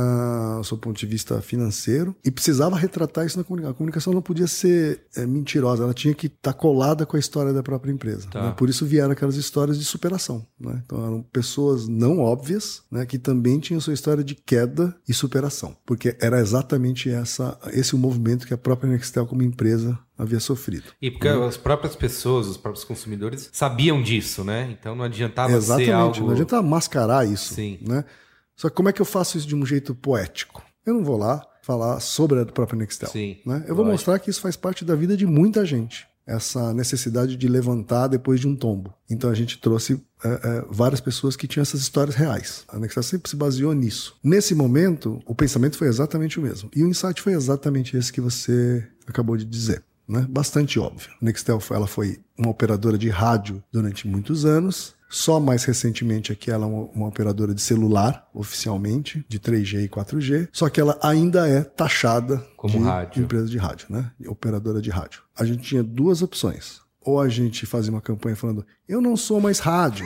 do seu ponto de vista financeiro, e precisava retratar isso na comunicação. A comunicação não podia ser mentirosa, ela tinha que estar colada com a história da própria empresa. Tá. Né? Por isso vieram aquelas histórias de superação. Né? Então eram pessoas não óbvias, né, que também tinham sua história de queda e superação. Porque era exatamente esse o movimento que a própria Nextel como empresa havia sofrido. E porque as próprias pessoas, os próprios consumidores sabiam disso, né? Então não adiantava ser algo... Não adiantava mascarar isso. Sim. Né? Só que como é que eu faço isso de um jeito poético? Eu não vou lá falar sobre a própria Nextel. Sim, né? Eu vou mostrar que isso faz parte da vida de muita gente. Essa necessidade de levantar depois de um tombo. Então a gente trouxe várias pessoas que tinham essas histórias reais. A Nextel sempre se baseou nisso. Nesse momento, o pensamento foi exatamente o mesmo. E o insight foi exatamente esse que você acabou de dizer. Né? Bastante óbvio. A Nextel ela foi uma operadora de rádio durante muitos anos. Só mais recentemente aqui ela é uma operadora de celular, oficialmente, de 3G e 4G. Só que ela ainda é taxada como rádio. Empresa de rádio, né? Operadora de rádio. A gente tinha duas opções. Ou a gente fazia uma campanha falando, eu não sou mais rádio.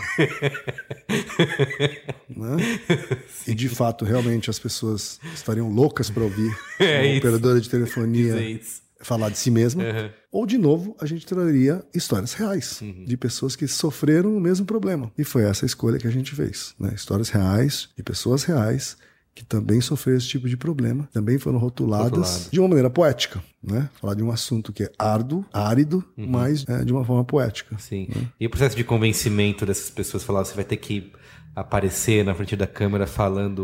Né? E de fato, realmente, as pessoas estariam loucas para ouvir uma operadora de telefonia falar de si mesma. Ou, de novo, a gente traria histórias reais de pessoas que sofreram o mesmo problema. E foi essa a escolha que a gente fez. Né? Histórias reais, de pessoas reais, que também sofreram esse tipo de problema, também foram rotuladas de uma maneira poética. Né? Falar de um assunto que é árido, mas de uma forma poética. Sim. Né? E o processo de convencimento dessas pessoas, falar, você vai ter que aparecer na frente da câmera falando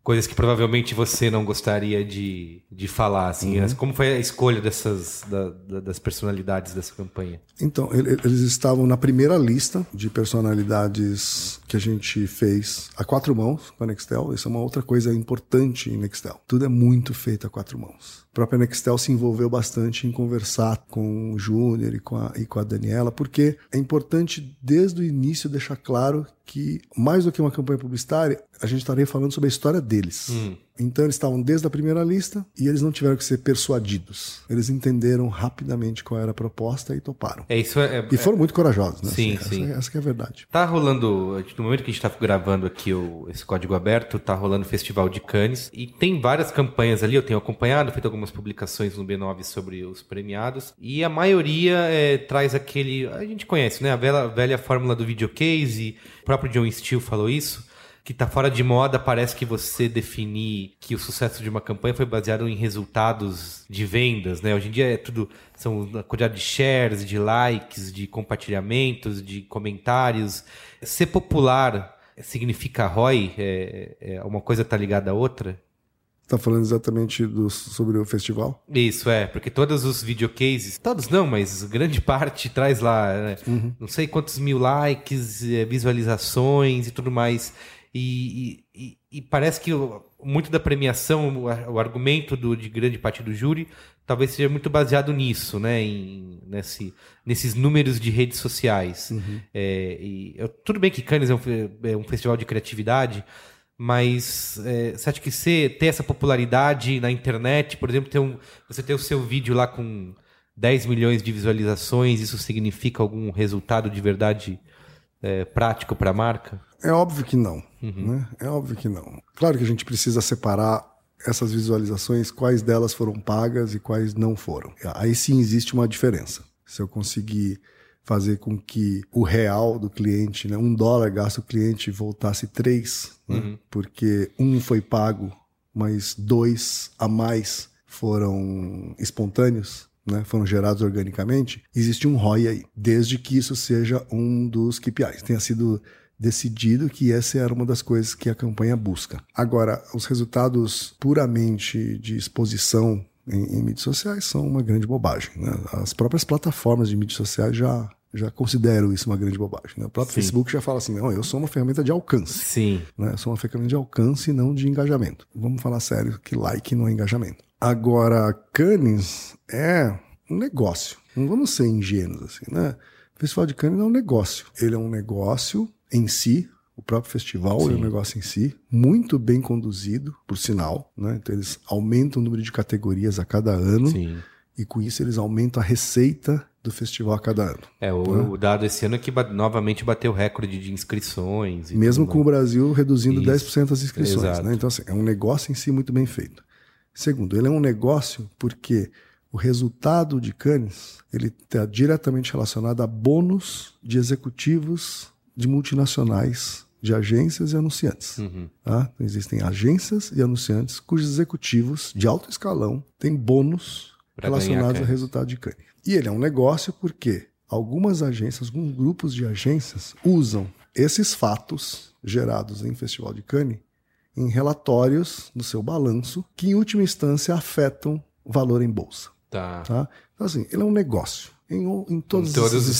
coisas que provavelmente você não gostaria de falar, assim. Como foi a escolha das personalidades dessa campanha? Então, eles estavam na primeira lista de personalidades que a gente fez a 4 mãos com a Nextel. Isso é uma outra coisa importante em Nextel. Tudo é muito feito a 4 mãos. A própria Nextel se envolveu bastante em conversar com o Júnior e com a Daniela, porque é importante desde o início deixar claro que, mais do que uma campanha publicitária, a gente estaria falando sobre a história deles. Então eles estavam desde a primeira lista e eles não tiveram que ser persuadidos. Eles entenderam rapidamente qual era a proposta e toparam. E foram muito corajosos, né? Sim, assim, sim. Essa que é a verdade. Tá rolando, no momento que a gente tá gravando aqui esse código aberto, tá rolando o Festival de Cannes e tem várias campanhas ali, eu tenho acompanhado, feito algumas publicações no B9 sobre os premiados e a maioria traz aquele, a gente conhece, né? A velha fórmula do videocase, o próprio John Steele falou isso, que tá fora de moda, parece que você definir que o sucesso de uma campanha foi baseado em resultados de vendas, né? Hoje em dia são a quantidade de shares, de likes, de compartilhamentos, de comentários. Ser popular significa ROI? Uma coisa tá ligada à outra? Tá falando exatamente sobre o festival? Isso, porque todos os videocases, todos não, mas grande parte traz lá, né? Não sei quantos mil likes, visualizações e tudo mais. E parece que muito da premiação, o argumento de grande parte do júri, talvez seja muito baseado nisso, né? Nesses números de redes sociais. Tudo bem que Cannes é um festival de criatividade, mas você acha que ter essa popularidade na internet, por exemplo, você ter o seu vídeo lá com 10 milhões de visualizações, isso significa algum resultado de verdade prático para a marca? É óbvio que não. Né? É óbvio que não. Claro que a gente precisa separar essas visualizações, quais delas foram pagas e quais não foram. Aí sim existe uma diferença. Se eu conseguir fazer com que o real do cliente, né, $1 gasto o cliente, voltasse 3, né, porque 1 foi pago, mas 2 a mais foram espontâneos, né, foram gerados organicamente, existe um ROI aí, desde que isso seja um dos KPIs. Tenha sido decidido que essa era uma das coisas que a campanha busca. Agora, os resultados puramente de exposição em mídias sociais são uma grande bobagem, né? As próprias plataformas de mídias sociais já consideram isso uma grande bobagem, né? O próprio Facebook já fala assim, não, eu sou uma ferramenta de alcance. Sim. Né? Eu sou uma ferramenta de alcance e não de engajamento. Vamos falar sério que like não é engajamento. Agora, Cannes é um negócio. Não vamos ser ingênuos assim, né? O Festival de Cannes é um negócio. Ele é um negócio em si. O próprio festival é um negócio em si, muito bem conduzido, por sinal, né? Então eles aumentam o número de categorias a cada ano. Sim. E com isso eles aumentam a receita do festival a cada ano. O dado esse ano é que novamente bateu o recorde de inscrições. Mesmo com o Brasil reduzindo isso. 10% das inscrições. Né? Então assim, é um negócio em si muito bem feito. Segundo, ele é um negócio porque o resultado de Cannes ele está diretamente relacionado a bônus de executivos de multinacionais, de agências e anunciantes. Tá? Então, existem agências e anunciantes cujos executivos de alto escalão têm bônus relacionados ao resultado de Cannes. E ele é um negócio porque algumas agências, alguns grupos de agências usam esses fatos gerados em Festival de Cannes em relatórios no seu balanço que, em última instância, afetam o valor em bolsa. Tá. Então, assim, ele é um negócio em todos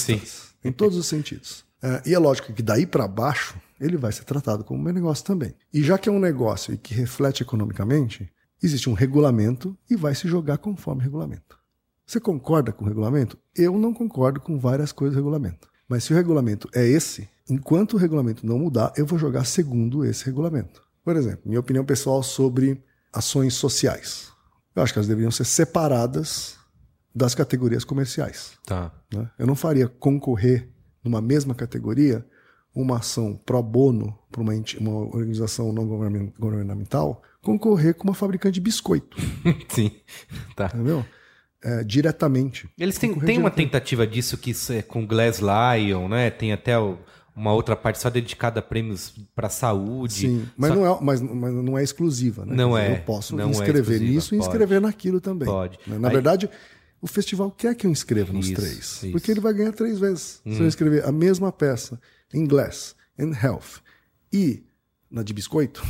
os sentidos. E é lógico que daí para baixo ele vai ser tratado como um negócio também. E já que é um negócio e que reflete economicamente, existe um regulamento e vai se jogar conforme o regulamento. Você concorda com o regulamento? Eu não concordo com várias coisas do regulamento. Mas se o regulamento é esse, enquanto o regulamento não mudar, eu vou jogar segundo esse regulamento. Por exemplo, minha opinião pessoal sobre ações sociais. Eu acho que elas deveriam ser separadas das categorias comerciais. Tá. Né? Eu não faria concorrer numa mesma categoria uma ação pro bono para uma organização não governamental concorrer com uma fabricante de biscoito. Sim, tá. Entendeu? Diretamente. Eles têm uma tentativa disso que com Glass Lion, né? Tem até uma outra parte só dedicada a prêmios para saúde. Sim, mas não é exclusiva, né? Não Eu posso inscrever nisso e inscrever naquilo também. Pode. Na verdade, o festival quer que eu inscreva nos 3. Porque ele vai ganhar 3 vezes. Se eu inscrever a mesma peça em Glass, em Health e na de biscoito,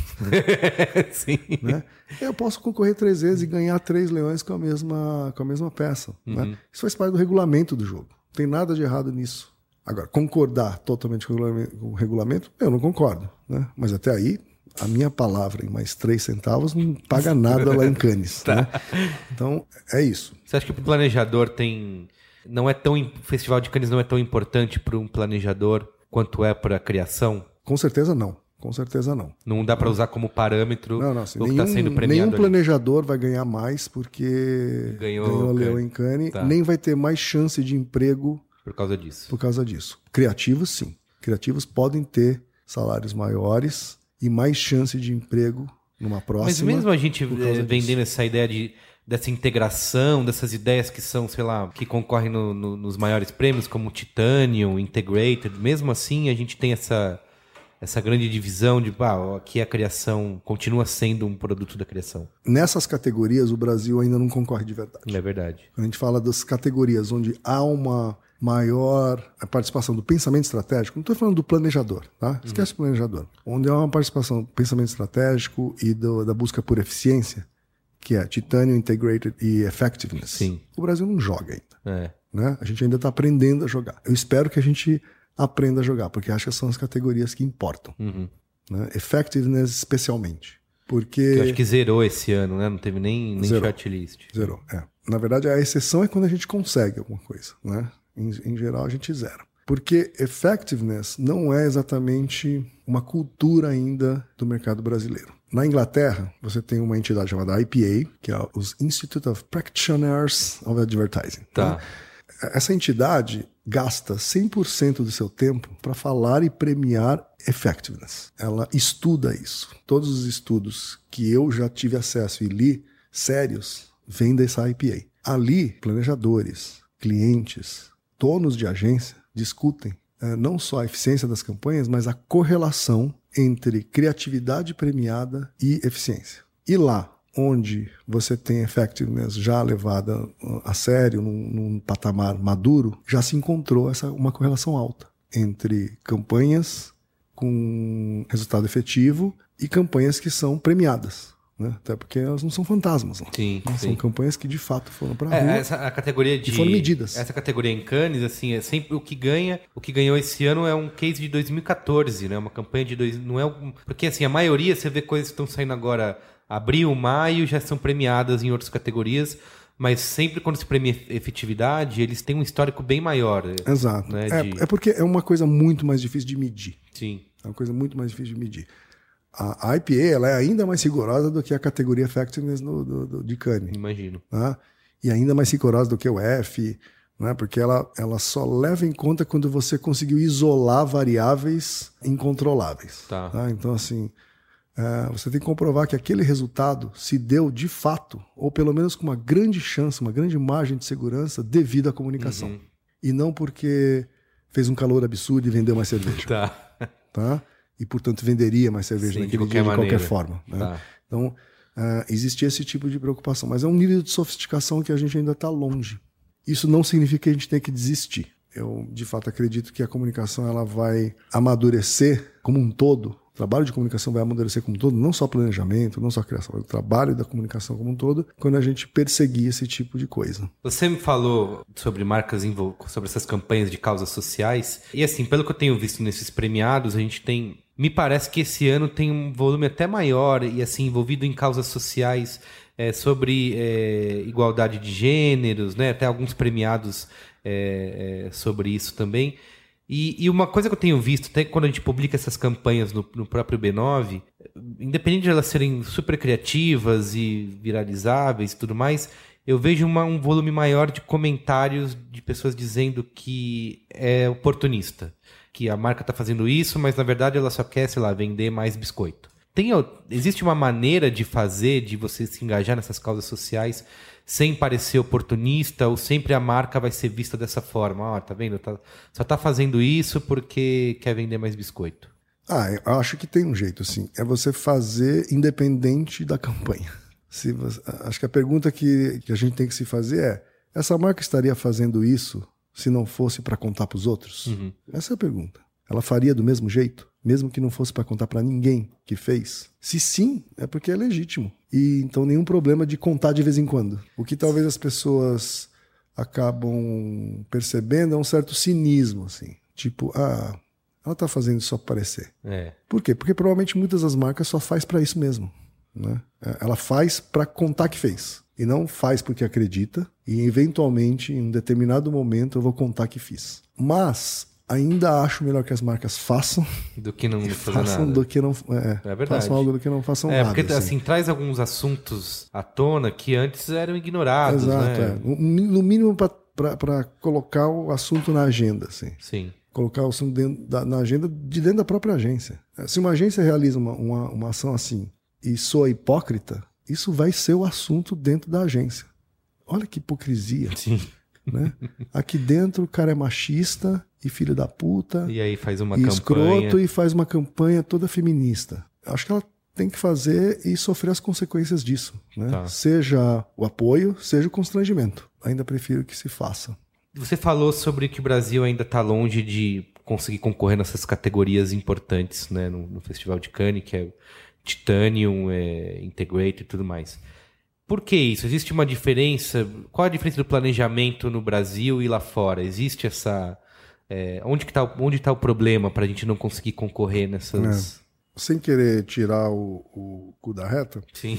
Sim. né? Eu posso concorrer 3 vezes e ganhar 3 leões com a mesma peça. Né? Isso faz parte do regulamento do jogo. Não tem nada de errado nisso. Agora, concordar totalmente com o regulamento, eu não concordo. Né? Mas até aí, a minha palavra em mais 3 centavos não paga nada lá em Cannes. Tá. Né? Então, é isso. Você acha que o planejador tem... Não é tão... O Festival de Cannes não é tão importante para um planejador quanto é para a criação? Com certeza não. Com certeza não. Não dá para usar como parâmetro assim, o que está sendo premiado. Nenhum planejador vai ganhar mais porque ganhou Leão em Cannes. Tá. Nem vai ter mais chance de emprego por causa disso. Por causa disso. Criativos, sim. Criativos podem ter salários maiores e mais chance de emprego numa próxima. Mas mesmo a gente vendendo essa ideia dessa integração, dessas ideias que são, sei lá, que concorrem nos maiores prêmios, como Titanium, Integrated, mesmo assim a gente tem essa grande divisão de aqui a criação continua sendo um produto da criação. Nessas categorias o Brasil ainda não concorre de verdade. É verdade. Quando a gente fala das categorias onde há uma maior participação do pensamento estratégico, não estou falando do planejador, tá? Esquece o planejador. Onde há uma participação do pensamento estratégico e da busca por eficiência, que é Titanium, Integrated e Effectiveness. Sim. O Brasil não joga ainda. Né? A gente ainda está aprendendo a jogar. Eu espero que a gente aprenda a jogar, porque acho que são as categorias que importam. Né? Effectiveness especialmente. Porque... Eu acho que zerou esse ano, né? Não teve nem shortlist. Zerou, Na verdade, a exceção é quando a gente consegue alguma coisa, né? Em geral, a gente zera. Porque effectiveness não é exatamente uma cultura ainda do mercado brasileiro. Na Inglaterra, você tem uma entidade chamada IPA, que é os Institute of Practitioners of Advertising. Tá. Essa entidade gasta 100% do seu tempo para falar e premiar effectiveness. Ela estuda isso. Todos os estudos que eu já tive acesso e li, sérios, vêm dessa IPA. Ali, planejadores, clientes, donos de agência discutem não só a eficiência das campanhas, mas a correlação entre criatividade premiada e eficiência. E lá, onde você tem effectiveness já levada a sério, num patamar maduro, já se encontrou uma correlação alta entre campanhas com resultado efetivo e campanhas que são premiadas. Né? Até porque elas não são fantasmas. Né? Sim. São campanhas que de fato foram para a rua a categoria e foram medidas. Essa categoria em Cannes, assim, é sempre o que ganhou esse ano é um case de 2014, né? Uma campanha de não é porque assim, a maioria você vê coisas que estão saindo agora abril, maio, já são premiadas em outras categorias, mas sempre quando se premia efetividade, eles têm um histórico bem maior. Exato. Né? É porque é uma coisa muito mais difícil de medir. Sim. É uma coisa muito mais difícil de medir. A IPA ela é ainda mais rigorosa do que a categoria Effectiveness de Cannes. Imagino. Tá? E ainda mais rigorosa do que o F, né? Porque ela só leva em conta quando você conseguiu isolar variáveis incontroláveis. Tá. Tá? Então, assim, você tem que comprovar que aquele resultado se deu de fato, ou pelo menos com uma grande chance, uma grande margem de segurança devido à comunicação. E não porque fez um calor absurdo e vendeu mais cerveja. Tá? E, portanto, venderia mais cerveja naquele dia de qualquer forma. Né? Tá. Então, existe esse tipo de preocupação. Mas é um nível de sofisticação que a gente ainda está longe. Isso não significa que a gente tem que desistir. Eu, de fato, acredito que a comunicação ela vai amadurecer como um todo. O trabalho de comunicação vai amadurecer como um todo, não só planejamento, não só criação, mas o trabalho da comunicação como um todo, quando a gente perseguir esse tipo de coisa. Você me falou sobre marcas, sobre essas campanhas de causas sociais, e assim, pelo que eu tenho visto nesses premiados, a gente tem... Me parece que esse ano tem um volume até maior e assim envolvido em causas sociais sobre igualdade de gêneros, né? Até alguns premiados sobre isso também. E uma coisa que eu tenho visto, até quando a gente publica essas campanhas no próprio B9, independente de elas serem super criativas e viralizáveis e tudo mais, eu vejo um volume maior de comentários de pessoas dizendo que é oportunista. Que a marca está fazendo isso, mas na verdade ela só quer, sei lá, vender mais biscoito. Existe uma maneira de fazer, de você se engajar nessas causas sociais sem parecer oportunista, ou sempre a marca vai ser vista dessa forma? Tá vendo? Só está fazendo isso porque quer vender mais biscoito. Eu acho que tem um jeito, sim. É você fazer independente da campanha. Acho que a pergunta que a gente tem que se fazer é: essa marca estaria fazendo isso se não fosse para contar para os outros? Essa é a pergunta. Ela faria do mesmo jeito? Mesmo que não fosse para contar para ninguém que fez? Se sim, é porque é legítimo. E então nenhum problema de contar de vez em quando. O que talvez as pessoas acabam percebendo é um certo cinismo, assim. Tipo, ela tá fazendo isso só para parecer. Por quê? Porque provavelmente muitas das marcas só faz para isso mesmo, né? Ela faz para contar que fez. E não faz porque acredita. E eventualmente, em um determinado momento, eu vou contar que fiz. Mas ainda acho melhor que as marcas façam do que não fazer nada. Do que não, é verdade. Façam algo do que não façam nada. Porque assim, traz alguns assuntos à tona que antes eram ignorados. Exato, né? No mínimo para colocar o assunto na agenda. Assim. Sim. Colocar o assunto na agenda de dentro da própria agência. Se uma agência realiza uma ação assim e soa hipócrita, isso vai ser o assunto dentro da agência. Olha que hipocrisia. Sim. Né? Aqui dentro o cara é machista e filho da puta. E aí faz uma campanha. Escroto e faz uma campanha toda feminista. Acho que ela tem que fazer e sofrer as consequências disso. Né? Tá. Seja o apoio, seja o constrangimento. Ainda prefiro que se faça. Você falou sobre que o Brasil ainda está longe de conseguir concorrer nessas categorias importantes, né? No Festival de Cannes, que é Titanium, Integrated e tudo mais. Por que isso? Existe uma diferença? Qual a diferença do planejamento no Brasil e lá fora? Existe essa... onde está o problema para a gente não conseguir concorrer nessas... Sem querer tirar o cu da reta, Sim.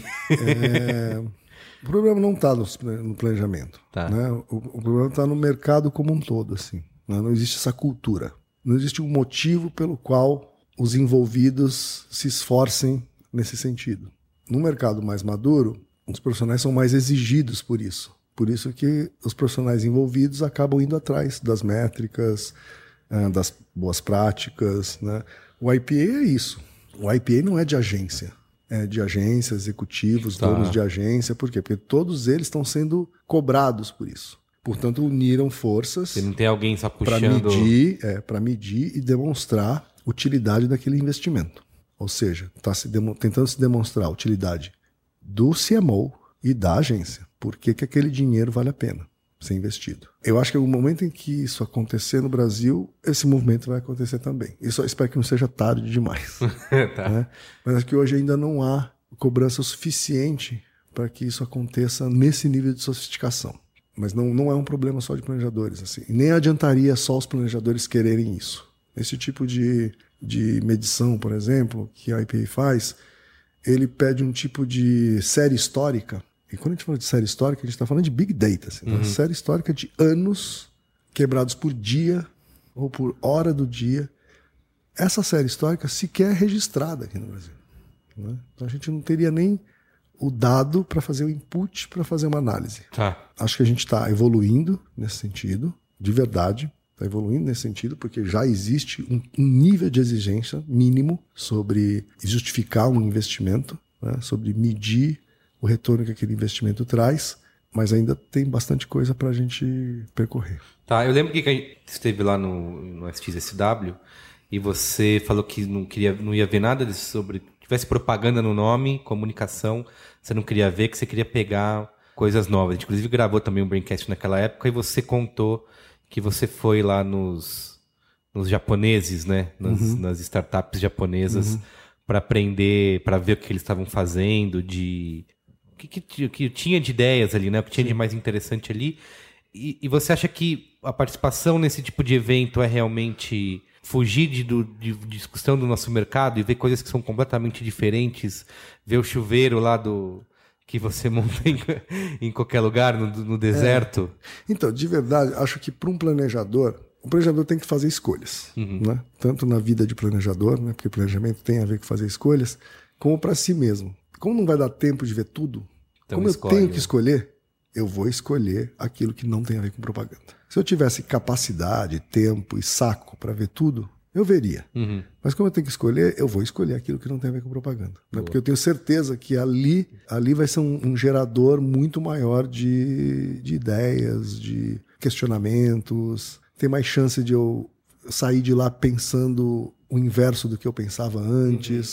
O problema não está no planejamento. Tá. Né? O problema está no mercado como um todo. Assim, né? Não existe essa cultura. Não existe um motivo pelo qual os envolvidos se esforcem nesse sentido. No mercado mais maduro, os profissionais são mais exigidos por isso. Por isso que os profissionais envolvidos acabam indo atrás das métricas, das boas práticas. Né? O IPA é isso. O IPA não é de agência. É de agência, executivos, donos de agência. Por quê? Porque todos eles estão sendo cobrados por isso. Portanto, uniram forças. Você não tem alguém só puxando... Para medir e demonstrar utilidade daquele investimento. Ou seja, está tentando se demonstrar a utilidade do CMO e da agência. Por que aquele dinheiro vale a pena ser investido? Eu acho que no momento em que isso acontecer no Brasil, esse movimento vai acontecer também. Eu só espero que não seja tarde demais. Tá. Né? Mas acho que hoje ainda não há cobrança suficiente para que isso aconteça nesse nível de sofisticação. Mas não é um problema só de planejadores. Assim. Nem adiantaria só os planejadores quererem isso. Esse tipo de medição, por exemplo, que a IPA faz, ele pede um tipo de série histórica. E quando a gente fala de série histórica, a gente está falando de Big Data. Assim, uma série histórica de anos quebrados por dia ou por hora do dia. Essa série histórica sequer é registrada aqui no Brasil. Né? Então a gente não teria nem o dado para fazer o input para fazer uma análise. Tá. Acho que a gente está evoluindo nesse sentido, de verdade. Está evoluindo nesse sentido, porque já existe um nível de exigência mínimo sobre justificar um investimento, né? Sobre medir o retorno que aquele investimento traz, mas ainda tem bastante coisa para a gente percorrer. Tá, eu lembro que a gente esteve lá no SXSW e você falou que não ia ver nada sobre... tivesse propaganda no nome, comunicação, você não queria ver, que você queria pegar coisas novas. A gente, inclusive, gravou também um Braincast naquela época e você contou que você foi lá nos japoneses, né? Nas startups japonesas, para aprender, para ver o que eles estavam fazendo, o que tinha de ideias ali, né? O que tinha de mais interessante ali. E você acha que a participação nesse tipo de evento é realmente fugir de discussão do nosso mercado e ver coisas que são completamente diferentes, ver o chuveiro lá que você monta em qualquer lugar, no deserto? Então, de verdade, acho que para um planejador, o planejador tem que fazer escolhas. Né? Tanto na vida de planejador, né? Porque planejamento tem a ver com fazer escolhas, como para si mesmo. Como não vai dar tempo de ver tudo, então, como eu tenho que escolher, eu vou escolher aquilo que não tem a ver com propaganda. Se eu tivesse capacidade, tempo e saco para ver tudo, eu veria. Mas como eu tenho que escolher, eu vou escolher aquilo que não tem a ver com propaganda. Né? Porque eu tenho certeza que ali vai ser um gerador muito maior de ideias, de questionamentos. Tem mais chance de eu sair de lá pensando o inverso do que eu pensava antes.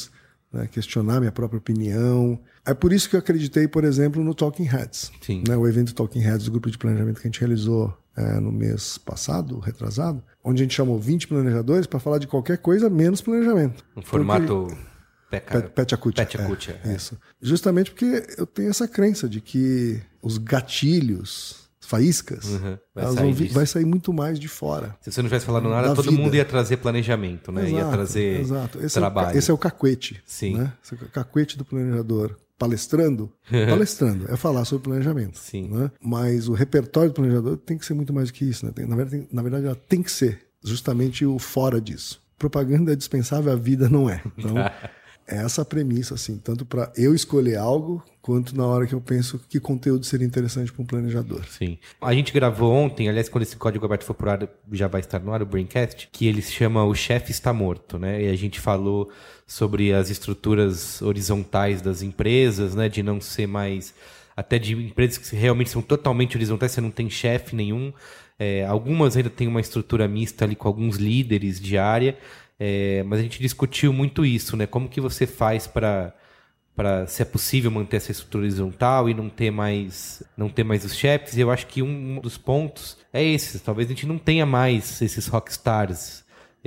né? Questionar minha própria opinião. É por isso que eu acreditei, por exemplo, no Talking Heads. Sim. Né? O evento Talking Heads do grupo de planejamento que a gente realizou no mês passado, retrasado, onde a gente chamou 20 planejadores para falar de qualquer coisa menos planejamento. No formato Petchakutia. Isso. Justamente porque eu tenho essa crença de que os gatilhos, faíscas, vai sair muito mais de fora. Se você não tivesse falado nada, todo mundo ia trazer planejamento, né? Exato, ia trazer trabalho. Esse é o cacuete. Sim. Né? Esse é o cacuete do planejador. Palestrando é falar sobre planejamento. Sim. Né? Mas o repertório do planejador tem que ser muito mais do que isso. Né? Na verdade, ela tem que ser justamente o fora disso. Propaganda é dispensável, a vida não é. Então, é essa a premissa, assim, tanto para eu escolher algo, quanto na hora que eu penso que conteúdo seria interessante para um planejador. Sim. A gente gravou ontem, aliás, quando esse código aberto for pro ar, já vai estar no ar, o Braincast, que ele se chama O Chefe Está Morto, né? E a gente falou sobre as estruturas horizontais das empresas, né? De não ser mais... Até de empresas que realmente são totalmente horizontais, você não tem chefe nenhum. Algumas ainda têm uma estrutura mista ali com alguns líderes de área, mas a gente discutiu muito isso, né? Como que você faz para se é possível manter essa estrutura horizontal e não ter mais os chefes. E eu acho que um dos pontos é esse. Talvez a gente não tenha mais esses rockstars.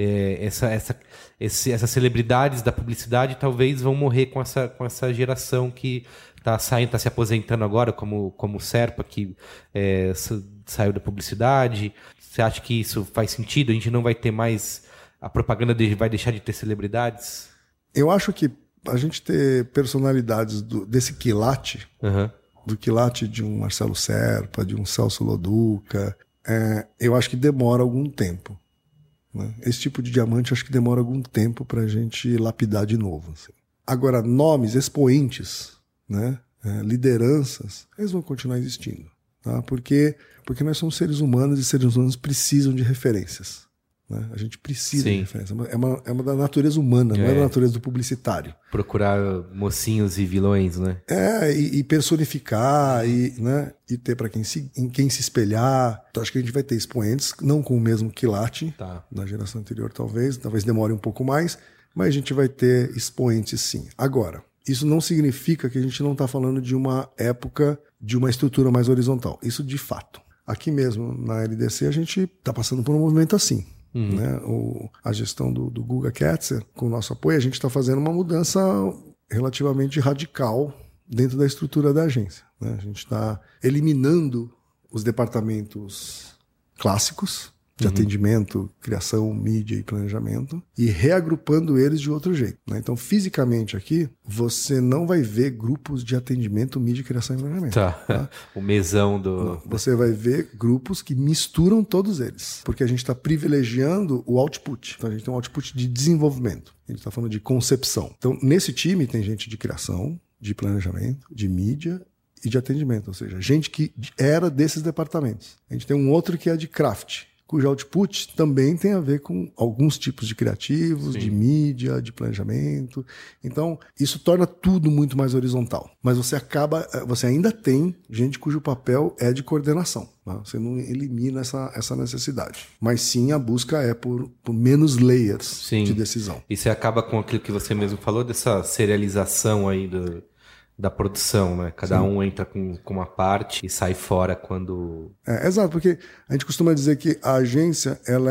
Essas celebridades da publicidade talvez vão morrer com essa geração que está se aposentando agora, como o Serpa, que saiu da publicidade. Você acha que isso faz sentido? A gente não vai ter mais... A propaganda vai deixar de ter celebridades? Eu acho que a gente ter personalidades desse quilate, do quilate de um Marcelo Serpa, de um Celso Loduca, eu acho que demora algum tempo. Né? Esse tipo de diamante acho que demora algum tempo para a gente lapidar de novo. Assim. Agora, nomes, expoentes, né? Lideranças, eles vão continuar existindo. Tá? Porque nós somos seres humanos e seres humanos precisam de referências. Né? A gente precisa de referência. É uma da natureza humana, não é da natureza do publicitário. Procurar mocinhos e vilões, né? E personificar, né? E ter para em quem se espelhar. Então acho que a gente vai ter expoentes, não com o mesmo quilate, na geração anterior talvez demore um pouco mais, mas a gente vai ter expoentes sim. Agora, isso não significa que a gente não está falando de uma época de uma estrutura mais horizontal. Isso de fato. Aqui mesmo na LDC a gente está passando por um movimento assim. Né? A gestão do Guga Ketzer, com o nosso apoio, a gente está fazendo uma mudança relativamente radical dentro da estrutura da agência. Né? A gente está eliminando os departamentos clássicos de atendimento, criação, mídia e planejamento e reagrupando eles de outro jeito. Né? Então, fisicamente aqui, você não vai ver grupos de atendimento, mídia, criação e planejamento. Tá? O mesão do... Você vai ver grupos que misturam todos eles, porque a gente está privilegiando o output. Então, a gente tem um output de desenvolvimento. A gente está falando de concepção. Então, nesse time tem gente de criação, de planejamento, de mídia e de atendimento. Ou seja, gente que era desses departamentos. A gente tem um outro que é de craft, cujo output também tem a ver com alguns tipos de criativos, de mídia, de planejamento. Então, isso torna tudo muito mais horizontal. Mas você ainda tem gente cujo papel é de coordenação. Tá? Você não elimina essa necessidade. Mas sim, a busca é por menos layers de decisão. E você acaba com aquilo que você mesmo falou, dessa serialização aí da produção, né? Cada um entra com uma parte e sai fora quando... Exato, porque a gente costuma dizer que a agência ela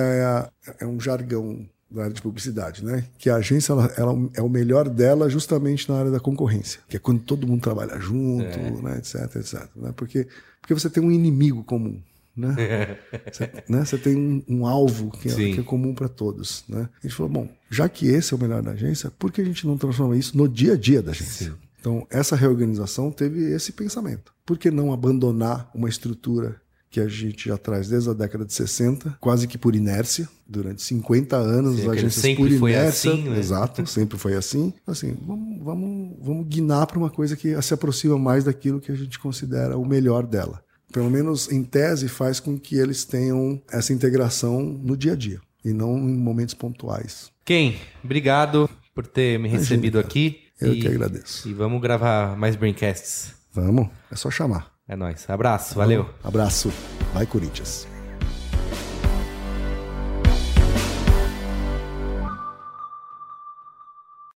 é um jargão da área de publicidade, né? Que a agência ela é o melhor dela justamente na área da concorrência, que é quando todo mundo trabalha junto, né? etc. Né? Porque você tem um inimigo comum. Né? Você tem um alvo que é comum para todos. Né? A gente falou, bom, já que esse é o melhor da agência, por que a gente não transforma isso no dia a dia da agência? Sim. Então, essa reorganização teve esse pensamento. Por que não abandonar uma estrutura que a gente já traz desde a década de 60, quase que por inércia, durante 50 anos, as agências por inércia. Foi assim, né? Exato, sempre foi assim. Assim, vamos guinar para uma coisa que se aproxima mais daquilo que a gente considera o melhor dela. Pelo menos, em tese, faz com que eles tenham essa integração no dia a dia, e não em momentos pontuais. Ken, obrigado por ter me recebido aqui. Eu que agradeço. E vamos gravar mais Braincasts. Vamos, é só chamar. É nóis. Abraço, valeu. Abraço. Vai, Corinthians.